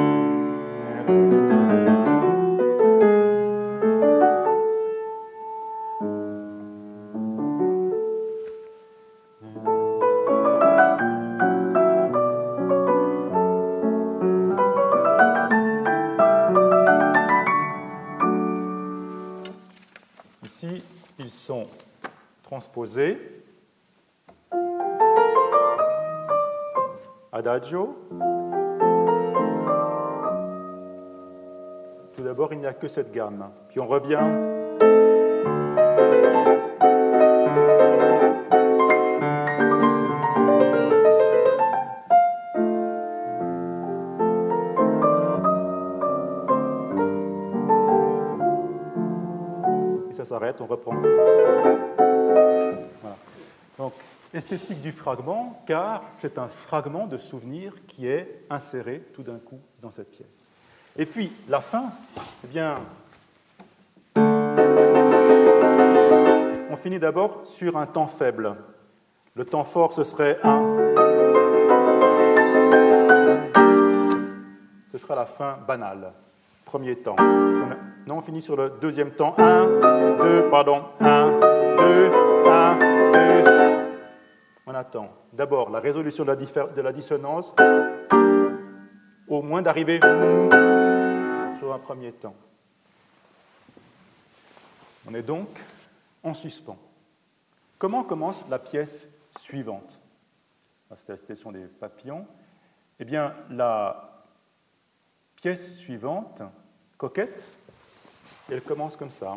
Ici, ils sont transposés. Adagio. Tout d'abord, il n'y a que cette gamme. Puis on revient. Et ça s'arrête, on reprend. Voilà. Donc, esthétique du fragment, car c'est un fragment de souvenir qui est inséré tout d'un coup dans cette pièce. Et puis, la fin, eh bien, on finit d'abord sur un temps faible. Le temps fort, ce serait un. Ce sera la fin banale, premier temps. Non, on finit sur le deuxième temps. un, deux, pardon, un, deux, un, deux. On attend d'abord la résolution de la, diffé- de la dissonance, au moins d'arriver sur un premier temps. On est donc en suspens. Comment commence la pièce suivante? C'est la citation des papillons. Eh bien, la pièce suivante, coquette, elle commence comme ça.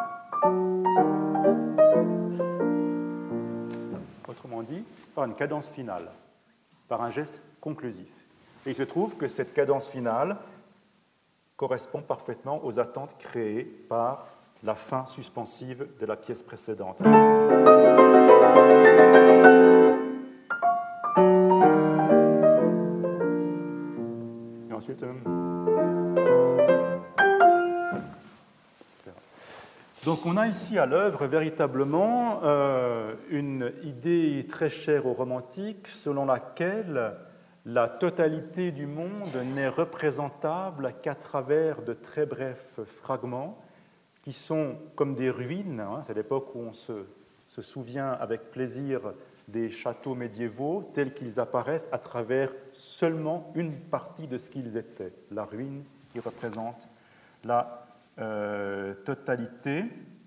Autrement dit, par une cadence finale, par un geste conclusif. Et il se trouve que cette cadence finale correspond parfaitement aux attentes créées par la fin suspensive de la pièce précédente. Et ensuite... Donc on a ici à l'œuvre véritablement euh, une idée très chère aux romantiques selon laquelle la totalité du monde n'est représentable qu'à travers de très brefs fragments qui sont comme des ruines. Hein, c'est l'époque où on se, se souvient avec plaisir des châteaux médiévaux tels qu'ils apparaissent à travers seulement une partie de ce qu'ils étaient, la ruine qui représente la euh, totalité.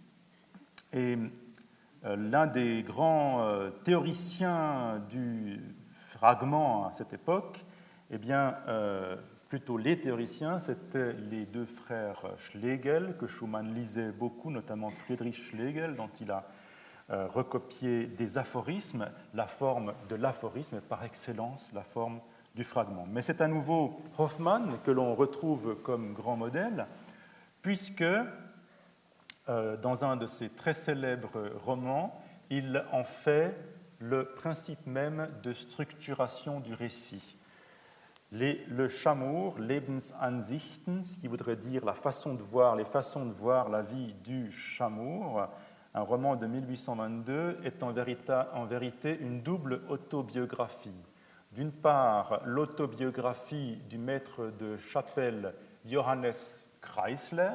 Et euh, l'un des grands euh, théoriciens du fragment à cette époque, eh bien, euh, plutôt les théoriciens, c'étaient les deux frères Schlegel, que Schumann lisait beaucoup, notamment Friedrich Schlegel, dont il a euh, recopié des aphorismes, la forme de l'aphorisme est par excellence la forme du fragment. Mais c'est à nouveau Hoffmann que l'on retrouve comme grand modèle, puisque euh, dans un de ses très célèbres romans, il en fait le principe même de structuration du récit. Les, le Chamur, Lebensansichten, ce qui voudrait dire la façon de voir, les façons de voir la vie du Chamur, un roman de mille huit cent vingt-deux, est en, vérita, en vérité une double autobiographie. D'une part, l'autobiographie du maître de chapelle Johannes Kreisler,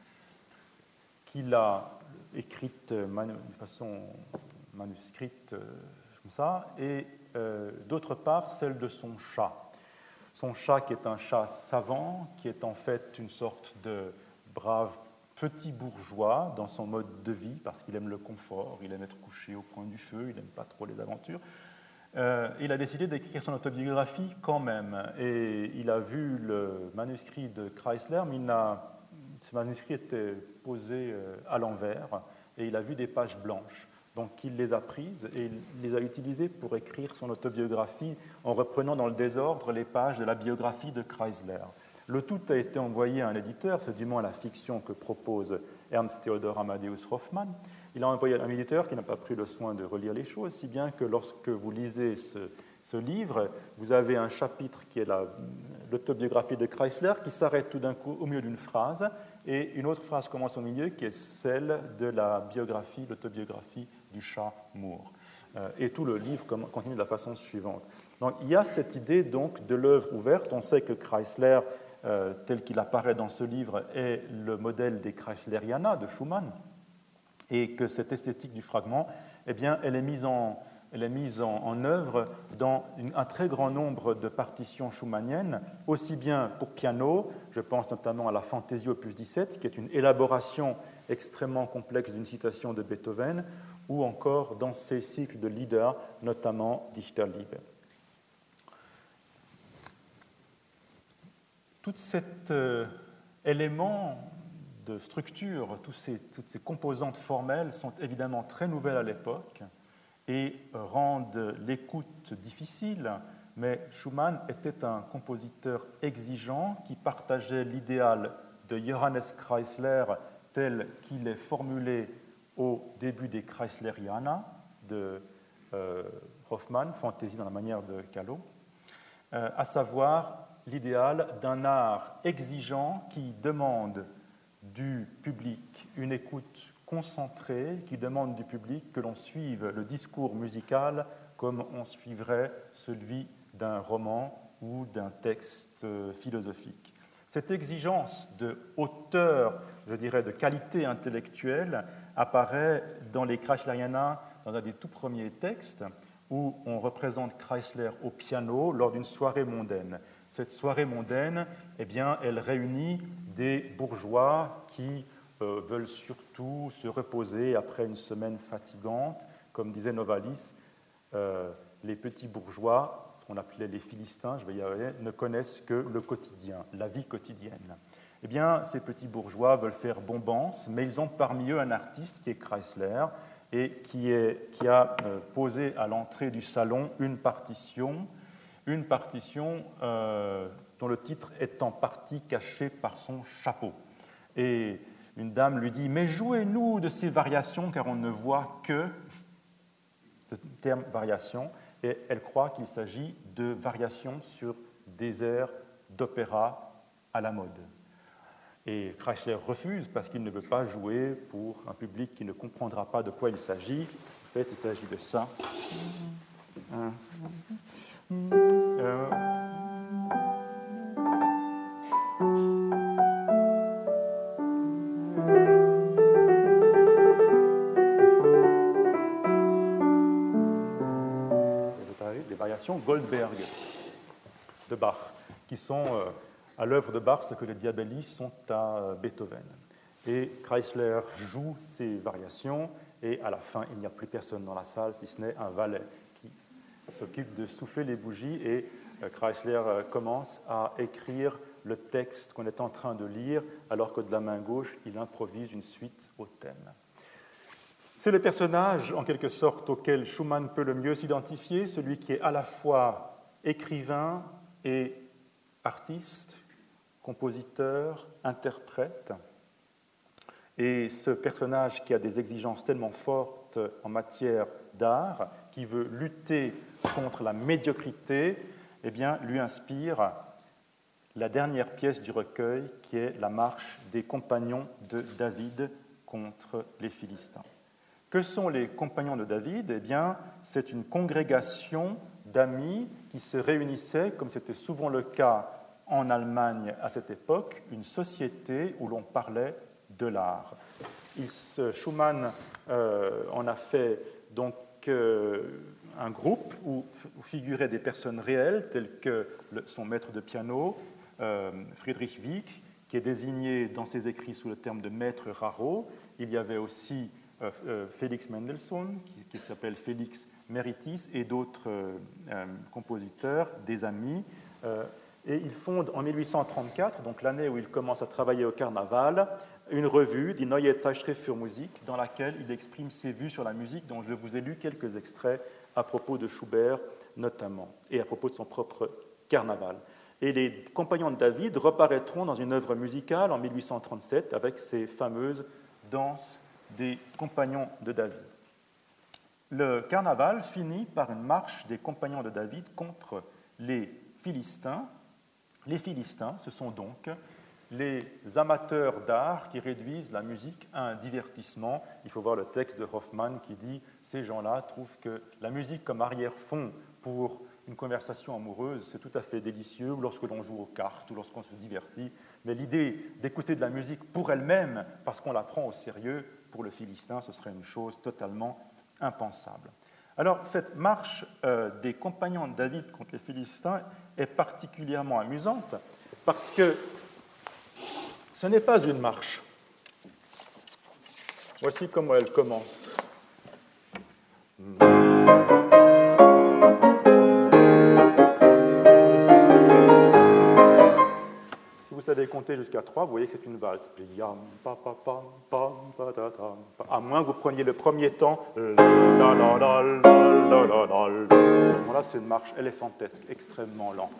qu'il a écrite manu, de façon manuscrite euh, comme ça, et euh, d'autre part, celle de son chat. Son chat qui est un chat savant, qui est en fait une sorte de brave petit bourgeois dans son mode de vie, parce qu'il aime le confort, il aime être couché au coin du feu, il n'aime pas trop les aventures. Euh, il a décidé d'écrire son autobiographie quand même, et il a vu le manuscrit de Kreisler, mais il a, ce manuscrit était posé à l'envers, et il a vu des pages blanches. Donc il les a prises et il les a utilisées pour écrire son autobiographie en reprenant dans le désordre les pages de la biographie de Kreisler. Le tout a été envoyé à un éditeur, c'est du moins la fiction que propose Ernst Theodor Amadeus Hoffmann. Il a envoyé à un éditeur qui n'a pas pris le soin de relire les choses, si bien que lorsque vous lisez ce, ce livre, vous avez un chapitre qui est la, l'autobiographie de Kreisler qui s'arrête tout d'un coup au milieu d'une phrase, et une autre phrase commence au milieu qui est celle de la biographie, l'autobiographie du chat Moore. Euh, et tout le livre continue de la façon suivante. Donc, il y a cette idée donc de l'œuvre ouverte. On sait que Kreisler, euh, tel qu'il apparaît dans ce livre, est le modèle des Kreisleriana de Schumann, et que cette esthétique du fragment, eh bien, elle est mise en, elle est mise en, en œuvre dans une, un très grand nombre de partitions schumanniennes, aussi bien pour piano, je pense notamment à la Fantaisie opus dix-sept, qui est une élaboration extrêmement complexe d'une citation de Beethoven, ou encore dans ces cycles de Lieder, notamment Dichterliebe. Tout cet euh, élément de structure, tous ces, toutes ces composantes formelles sont évidemment très nouvelles à l'époque et rendent l'écoute difficile, mais Schumann était un compositeur exigeant qui partageait l'idéal de Johannes Kreisler tel qu'il est formulé au début des Kreisleriana de euh, Hoffmann, Fantaisie dans la manière de Kahlo, euh, à savoir l'idéal d'un art exigeant qui demande du public une écoute concentrée, qui demande du public que l'on suive le discours musical comme on suivrait celui d'un roman ou d'un texte philosophique. Cette exigence de hauteur, je dirais, de qualité intellectuelle apparaît dans les Kreisleriana, dans un des tout premiers textes, où on représente Kreisler au piano lors d'une soirée mondaine. Cette soirée mondaine, eh bien, elle réunit des bourgeois qui euh, veulent surtout se reposer après une semaine fatigante. Comme disait Novalis, euh, les petits bourgeois, ce qu'on appelait les Philistins, je vais y arriver, ne connaissent que le quotidien, la vie quotidienne. Eh bien, ces petits bourgeois veulent faire bombance, mais ils ont parmi eux un artiste qui est Kreisler et qui, est, qui a euh, posé à l'entrée du salon une partition, une partition euh, dont le titre est en partie caché par son chapeau. Et une dame lui dit « Mais jouez-nous de ces variations, car on ne voit que le terme variation ». Et elle croit qu'il s'agit de variations sur des airs d'opéra à la mode. Et Kreisler refuse parce qu'il ne veut pas jouer pour un public qui ne comprendra pas de quoi il s'agit. En fait, il s'agit de ça. Euh, variations Goldberg de Bach, qui sont euh, à l'œuvre de Bach ce que les Diabelli sont à euh, Beethoven. Et Kreisler joue ces variations, et à la fin, il n'y a plus personne dans la salle, si ce n'est un valet qui s'occupe de souffler les bougies, et euh, Kreisler euh, commence à écrire le texte qu'on est en train de lire, alors que de la main gauche, il improvise une suite au thème. C'est le personnage, en quelque sorte, auquel Schumann peut le mieux s'identifier, celui qui est à la fois écrivain et artiste, compositeur, interprète. Et ce personnage qui a des exigences tellement fortes en matière d'art, qui veut lutter contre la médiocrité, eh bien, lui inspire la dernière pièce du recueil, qui est la marche des compagnons de David contre les Philistins. Que sont les compagnons de David? Eh bien, c'est une congrégation d'amis qui se réunissaient, comme c'était souvent le cas en Allemagne à cette époque, une société où l'on parlait de l'art. Il se, Schumann euh, en a fait donc euh, un groupe où, où figuraient des personnes réelles, telles que le, son maître de piano, euh, Friedrich Wieck, qui est désigné dans ses écrits sous le terme de maître raro. Il y avait aussi euh, euh, Félix Mendelssohn, qui, qui s'appelle Félix Meritis, et d'autres euh, euh, compositeurs, des amis. Euh, et il fonde en mille huit cent trente-quatre, donc l'année où il commence à travailler au Carnaval, une revue, Die Neue Zeitschrift für Musik, dans laquelle il exprime ses vues sur la musique, dont je vous ai lu quelques extraits à propos de Schubert notamment, et à propos de son propre Carnaval. Et les compagnons de David reparaîtront dans une œuvre musicale en mille huit cent trente-sept avec ces fameuses danses des compagnons de David. Le Carnaval finit par une marche des compagnons de David contre les Philistins. Les Philistins, ce sont donc les amateurs d'art qui réduisent la musique à un divertissement. Il faut voir le texte de Hoffmann qui dit « Ces gens-là trouvent que la musique comme arrière-fond pour une conversation amoureuse, c'est tout à fait délicieux, ou lorsque l'on joue aux cartes, ou lorsqu'on se divertit. Mais l'idée d'écouter de la musique pour elle-même, parce qu'on la prend au sérieux, pour le Philistin, ce serait une chose totalement impensable. » Alors, cette marche euh, des compagnons de David contre les Philistins est particulièrement amusante, parce que ce n'est pas une marche. Voici comment elle commence. Si vous savez compter jusqu'à trois, vous voyez que c'est une valse. À moins que vous preniez le premier temps. À ce moment-là, c'est une marche éléphantesque, extrêmement lente.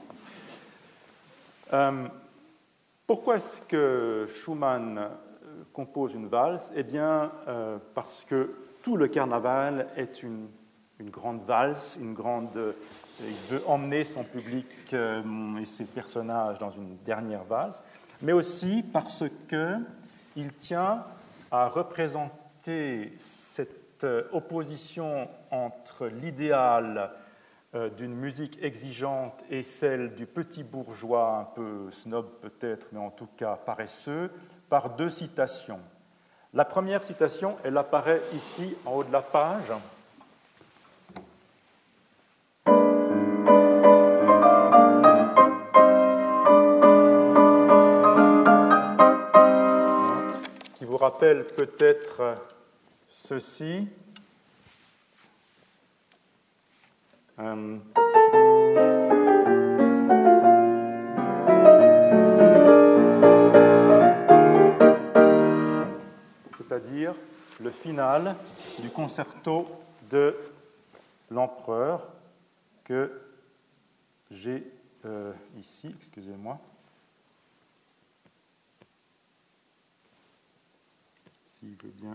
Euh, Pourquoi est-ce que Schumann compose une valse? Eh bien, euh, parce que tout le carnaval est une, une grande valse, une grande, euh, il veut emmener son public euh, et ses personnages dans une dernière valse, mais aussi parce qu'il tient à représenter cette opposition entre l'idéal d'une musique exigeante et celle du petit bourgeois, un peu snob peut-être, mais en tout cas paresseux, par deux citations. La première citation, elle apparaît ici en haut de la page. Qui vous rappelle peut-être ceci. Euh, c'est-à-dire le final du concerto de l'empereur que j'ai euh, ici, excusez-moi. S'il veut bien.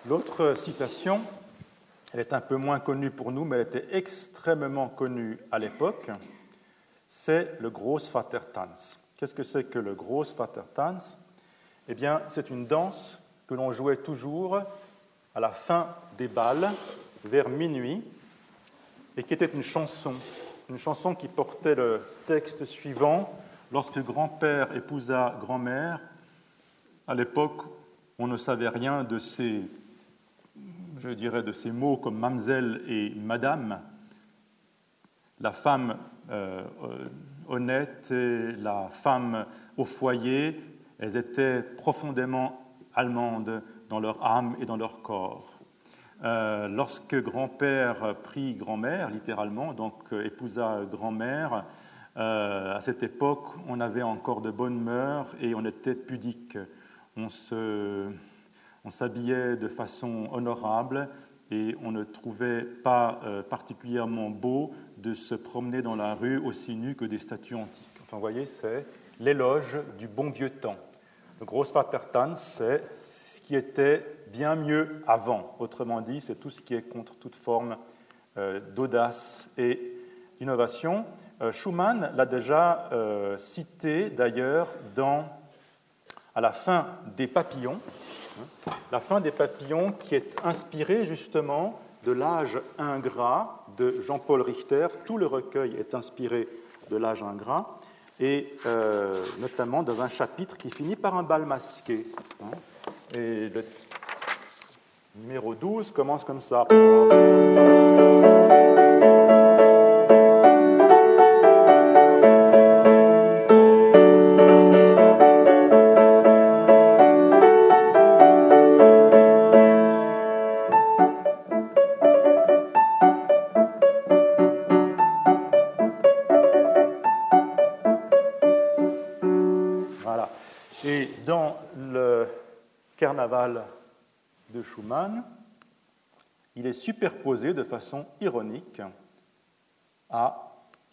l'autre citation, elle est un peu moins connue pour nous, mais elle était extrêmement connue à l'époque, c'est le Großvatertanz. Qu'est-ce que c'est que le Großvatertanz? Eh bien, c'est une danse que l'on jouait toujours à la fin des bals, vers minuit, et qui était une chanson, une chanson qui portait le texte suivant: lorsque grand-père épousa grand-mère, à l'époque, on ne savait rien de ces, je dirais, de ces mots comme mademoiselle et madame. La femme euh, honnête et la femme au foyer, elles étaient profondément allemandes dans leur âme et dans leur corps. Euh, lorsque grand-père prit grand-mère, littéralement, donc euh, épousa grand-mère, euh, à cette époque, on avait encore de bonnes mœurs et on était pudique. On se, on s'habillait de façon honorable et on ne trouvait pas euh, particulièrement beau de se promener dans la rue aussi nu que des statues antiques. Enfin, vous voyez, c'est l'éloge du bon vieux temps. Le Großvatertanz, c'est ce qui était bien mieux avant. Autrement dit, c'est tout ce qui est contre toute forme euh, d'audace et d'innovation. Euh, Schumann l'a déjà euh, cité d'ailleurs dans, à la fin des Papillons, hein, la fin des Papillons qui est inspirée justement de l'âge ingrat de Jean-Paul Richter. Tout le recueil est inspiré de l'âge ingrat, et euh, notamment dans un chapitre qui finit par un bal masqué. Hein, et le numéro douze commence comme ça. Voilà. Et dans le carnaval de Schumann, il est superposé de façon ironique à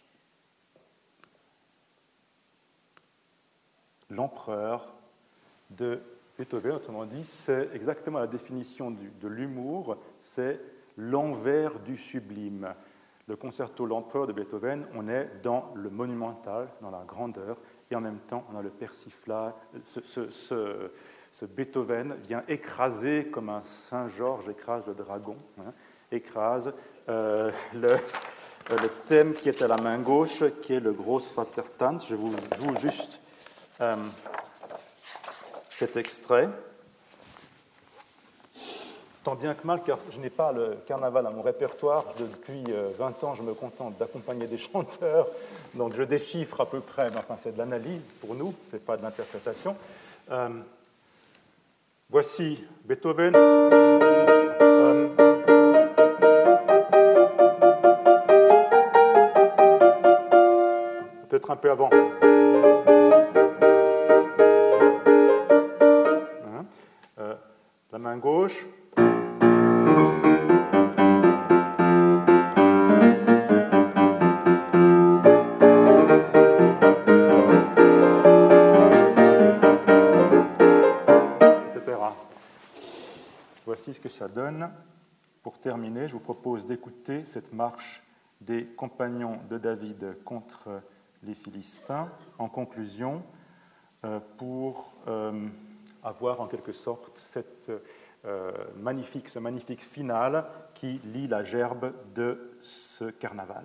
l'empereur de Beethoven. Autrement dit, c'est exactement la définition du, de l'humour, c'est l'envers du sublime. Le concerto L'Empereur de Beethoven, on est dans le monumental, dans la grandeur, et en même temps, on a le persiflage. Ce, ce, ce, ce Beethoven vient écraser, comme un Saint-Georges écrase le dragon, hein, écrase euh, le, le thème qui est à la main gauche, qui est le Großvatertanz. Je vous joue juste euh, cet extrait. Tant bien que mal, car je n'ai pas le carnaval à mon répertoire. Depuis vingt ans, je me contente d'accompagner des chanteurs, donc je déchiffre à peu près, mais enfin c'est de l'analyse pour nous, ce n'est pas de l'interprétation. Euh, voici Beethoven. Euh, peut-être un peu avant. Hein, euh, la main gauche. Voici ce que ça donne. Pour terminer, je vous propose d'écouter cette marche des compagnons de David contre les Philistins, en conclusion, euh, pour euh, avoir en quelque sorte cette, euh, magnifique, ce magnifique final qui lie la gerbe de ce carnaval.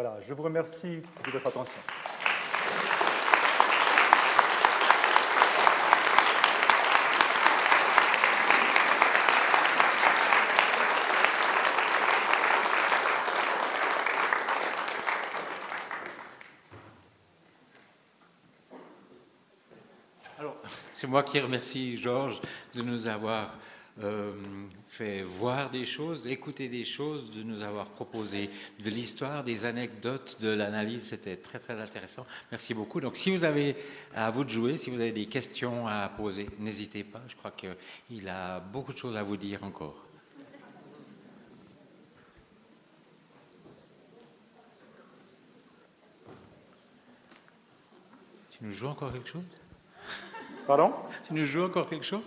Voilà, je vous remercie de votre attention. C'est moi qui remercie Georges de nous avoir euh, fait voir des choses, écouter des choses, de nous avoir proposé de l'histoire, des anecdotes, de l'analyse. C'était très, très intéressant. Merci beaucoup. Donc, si vous avez, à vous de jouer, si vous avez des questions à poser, n'hésitez pas. Je crois qu'il a beaucoup de choses à vous dire encore. Tu nous joues encore quelque chose ? Pardon ? Tu nous joues encore quelque chose ?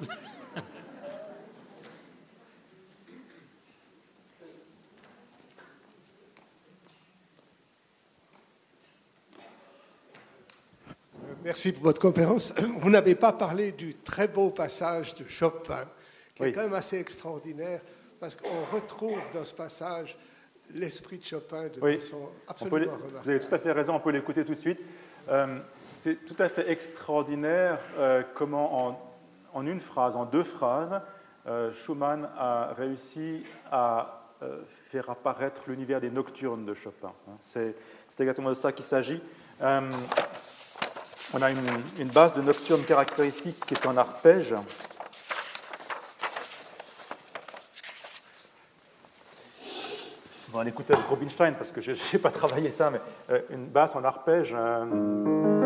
Merci pour votre conférence. Vous n'avez pas parlé du très beau passage de Chopin, qui oui. est quand même assez extraordinaire, parce qu'on retrouve dans ce passage l'esprit de Chopin de oui. façon absolument remarquable. Vous avez tout à fait raison, on peut l'écouter tout de suite. Euh, c'est tout à fait extraordinaire euh, comment en, en une phrase, en deux phrases, euh, Schumann a réussi à euh, faire apparaître l'univers des nocturnes de Chopin. C'est, c'est exactement de ça qu'il s'agit. Euh, on a une, une base de nocturne caractéristique qui est en arpège. On va l'écouter avec Rubinstein parce que je n'ai pas travaillé ça, mais euh, une basse en arpège. Euh,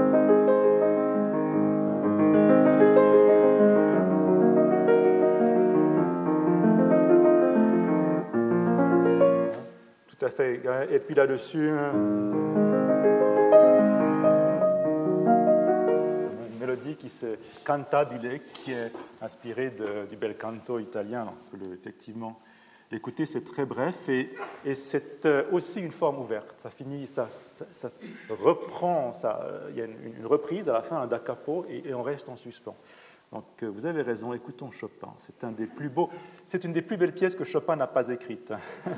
Tout à fait. Et puis là-dessus, une mélodie qui c'est cantabile, qui est inspirée de, du bel canto italien. On peut le, effectivement l'écouter, c'est très bref et, et c'est aussi une forme ouverte. Ça finit, ça, ça, ça reprend, ça, il y a une, une reprise à la fin, un da capo, et, et on reste en suspens. Donc vous avez raison, écoutons Chopin. C'est un des plus beaux, c'est une des plus belles pièces que Chopin n'a pas écrites.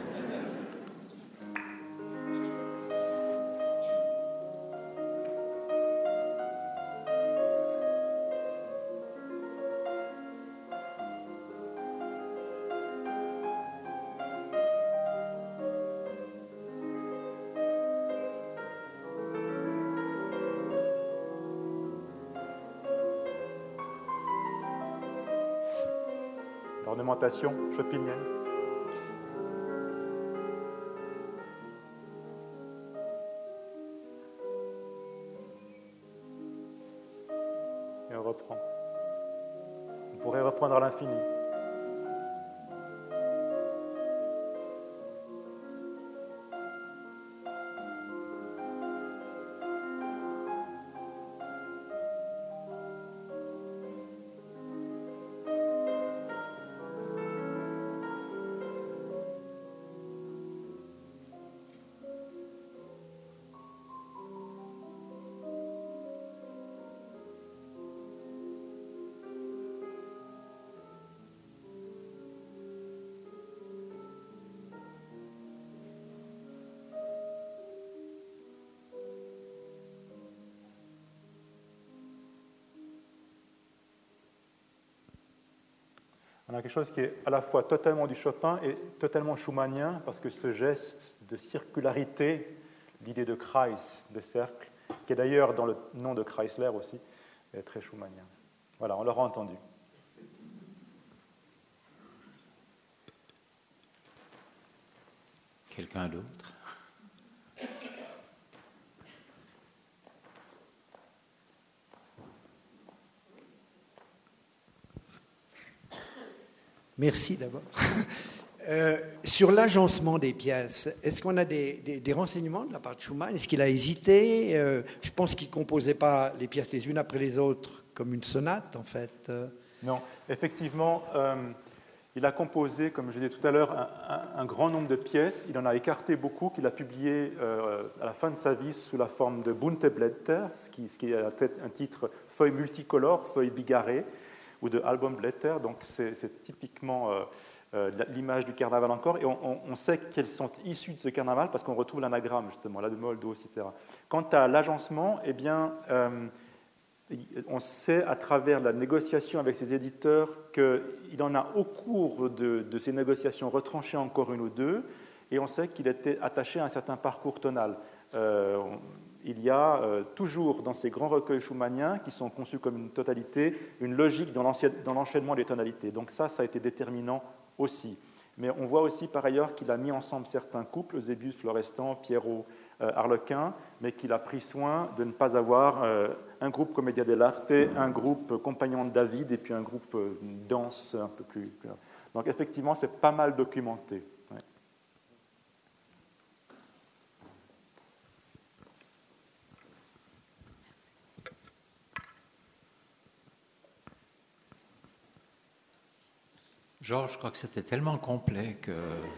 L'ornementation chopinienne. Et on reprend. On pourrait reprendre à l'infini. On a quelque chose qui est à la fois totalement du Chopin et totalement schumannien, parce que ce geste de circularité, l'idée de Kreis, de cercle, qui est d'ailleurs dans le nom de Chrysler aussi, est très schumannien. Voilà, on l'aura entendu. Quelqu'un d'autre ? Merci d'abord. Euh, sur l'agencement des pièces, est-ce qu'on a des, des, des renseignements de la part de Schumann ? Est-ce qu'il a hésité ? euh, Je pense qu'il ne composait pas les pièces les unes après les autres comme une sonate, en fait. Non, effectivement, euh, il a composé, comme je disais tout à l'heure, un, un, un grand nombre de pièces. Il en a écarté beaucoup, qu'il a publié euh, à la fin de sa vie sous la forme de Bunte Blätter, ce qui, ce qui est un titre feuille multicolore, feuille bigarrée, ou de Albumblätter. Donc c'est, c'est typiquement... Euh, euh, l'image du carnaval encore, et on, on, on sait qu'elles sont issues de ce carnaval parce qu'on retrouve l'anagramme, justement, là de Moldos, et cetera. Quant à l'agencement, eh bien, euh, on sait à travers la négociation avec ses éditeurs qu'il en a au cours de, de ces négociations retranché encore une ou deux, et on sait qu'il était attaché à un certain parcours tonal. Euh, il y a euh, toujours dans ces grands recueils schumanniens, qui sont conçus comme une totalité, une logique dans l'enchaînement des tonalités. Donc ça, ça a été déterminant aussi. Mais on voit aussi par ailleurs qu'il a mis ensemble certains couples, Eusébius, Florestan, Pierrot, euh, Harlequin, mais qu'il a pris soin de ne pas avoir euh, un groupe Commedia dell'arte, un groupe Compagnon de David, et puis un groupe euh, danse un peu plus... plus... Donc effectivement, c'est pas mal documenté. Ouais. Georges, je crois que c'était tellement complet que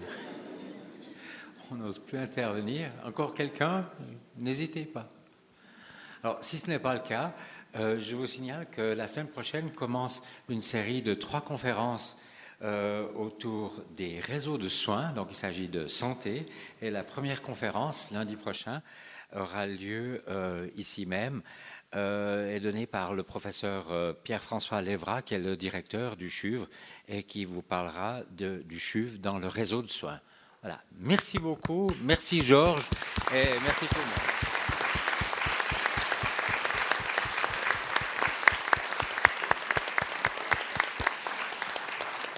on n'ose plus intervenir. Encore quelqu'un? N'hésitez pas. Alors, si ce n'est pas le cas, euh, je vous signale que la semaine prochaine commence une série de trois conférences euh, autour des réseaux de soins. Donc, il s'agit de santé. Et la première conférence, lundi prochain, aura lieu euh, ici même. Euh, est donné par le professeur euh, Pierre-François Lévra, qui est le directeur du CHUV et qui vous parlera de, du CHUV dans le réseau de soins. Voilà. Merci beaucoup, merci Georges et merci tout le monde.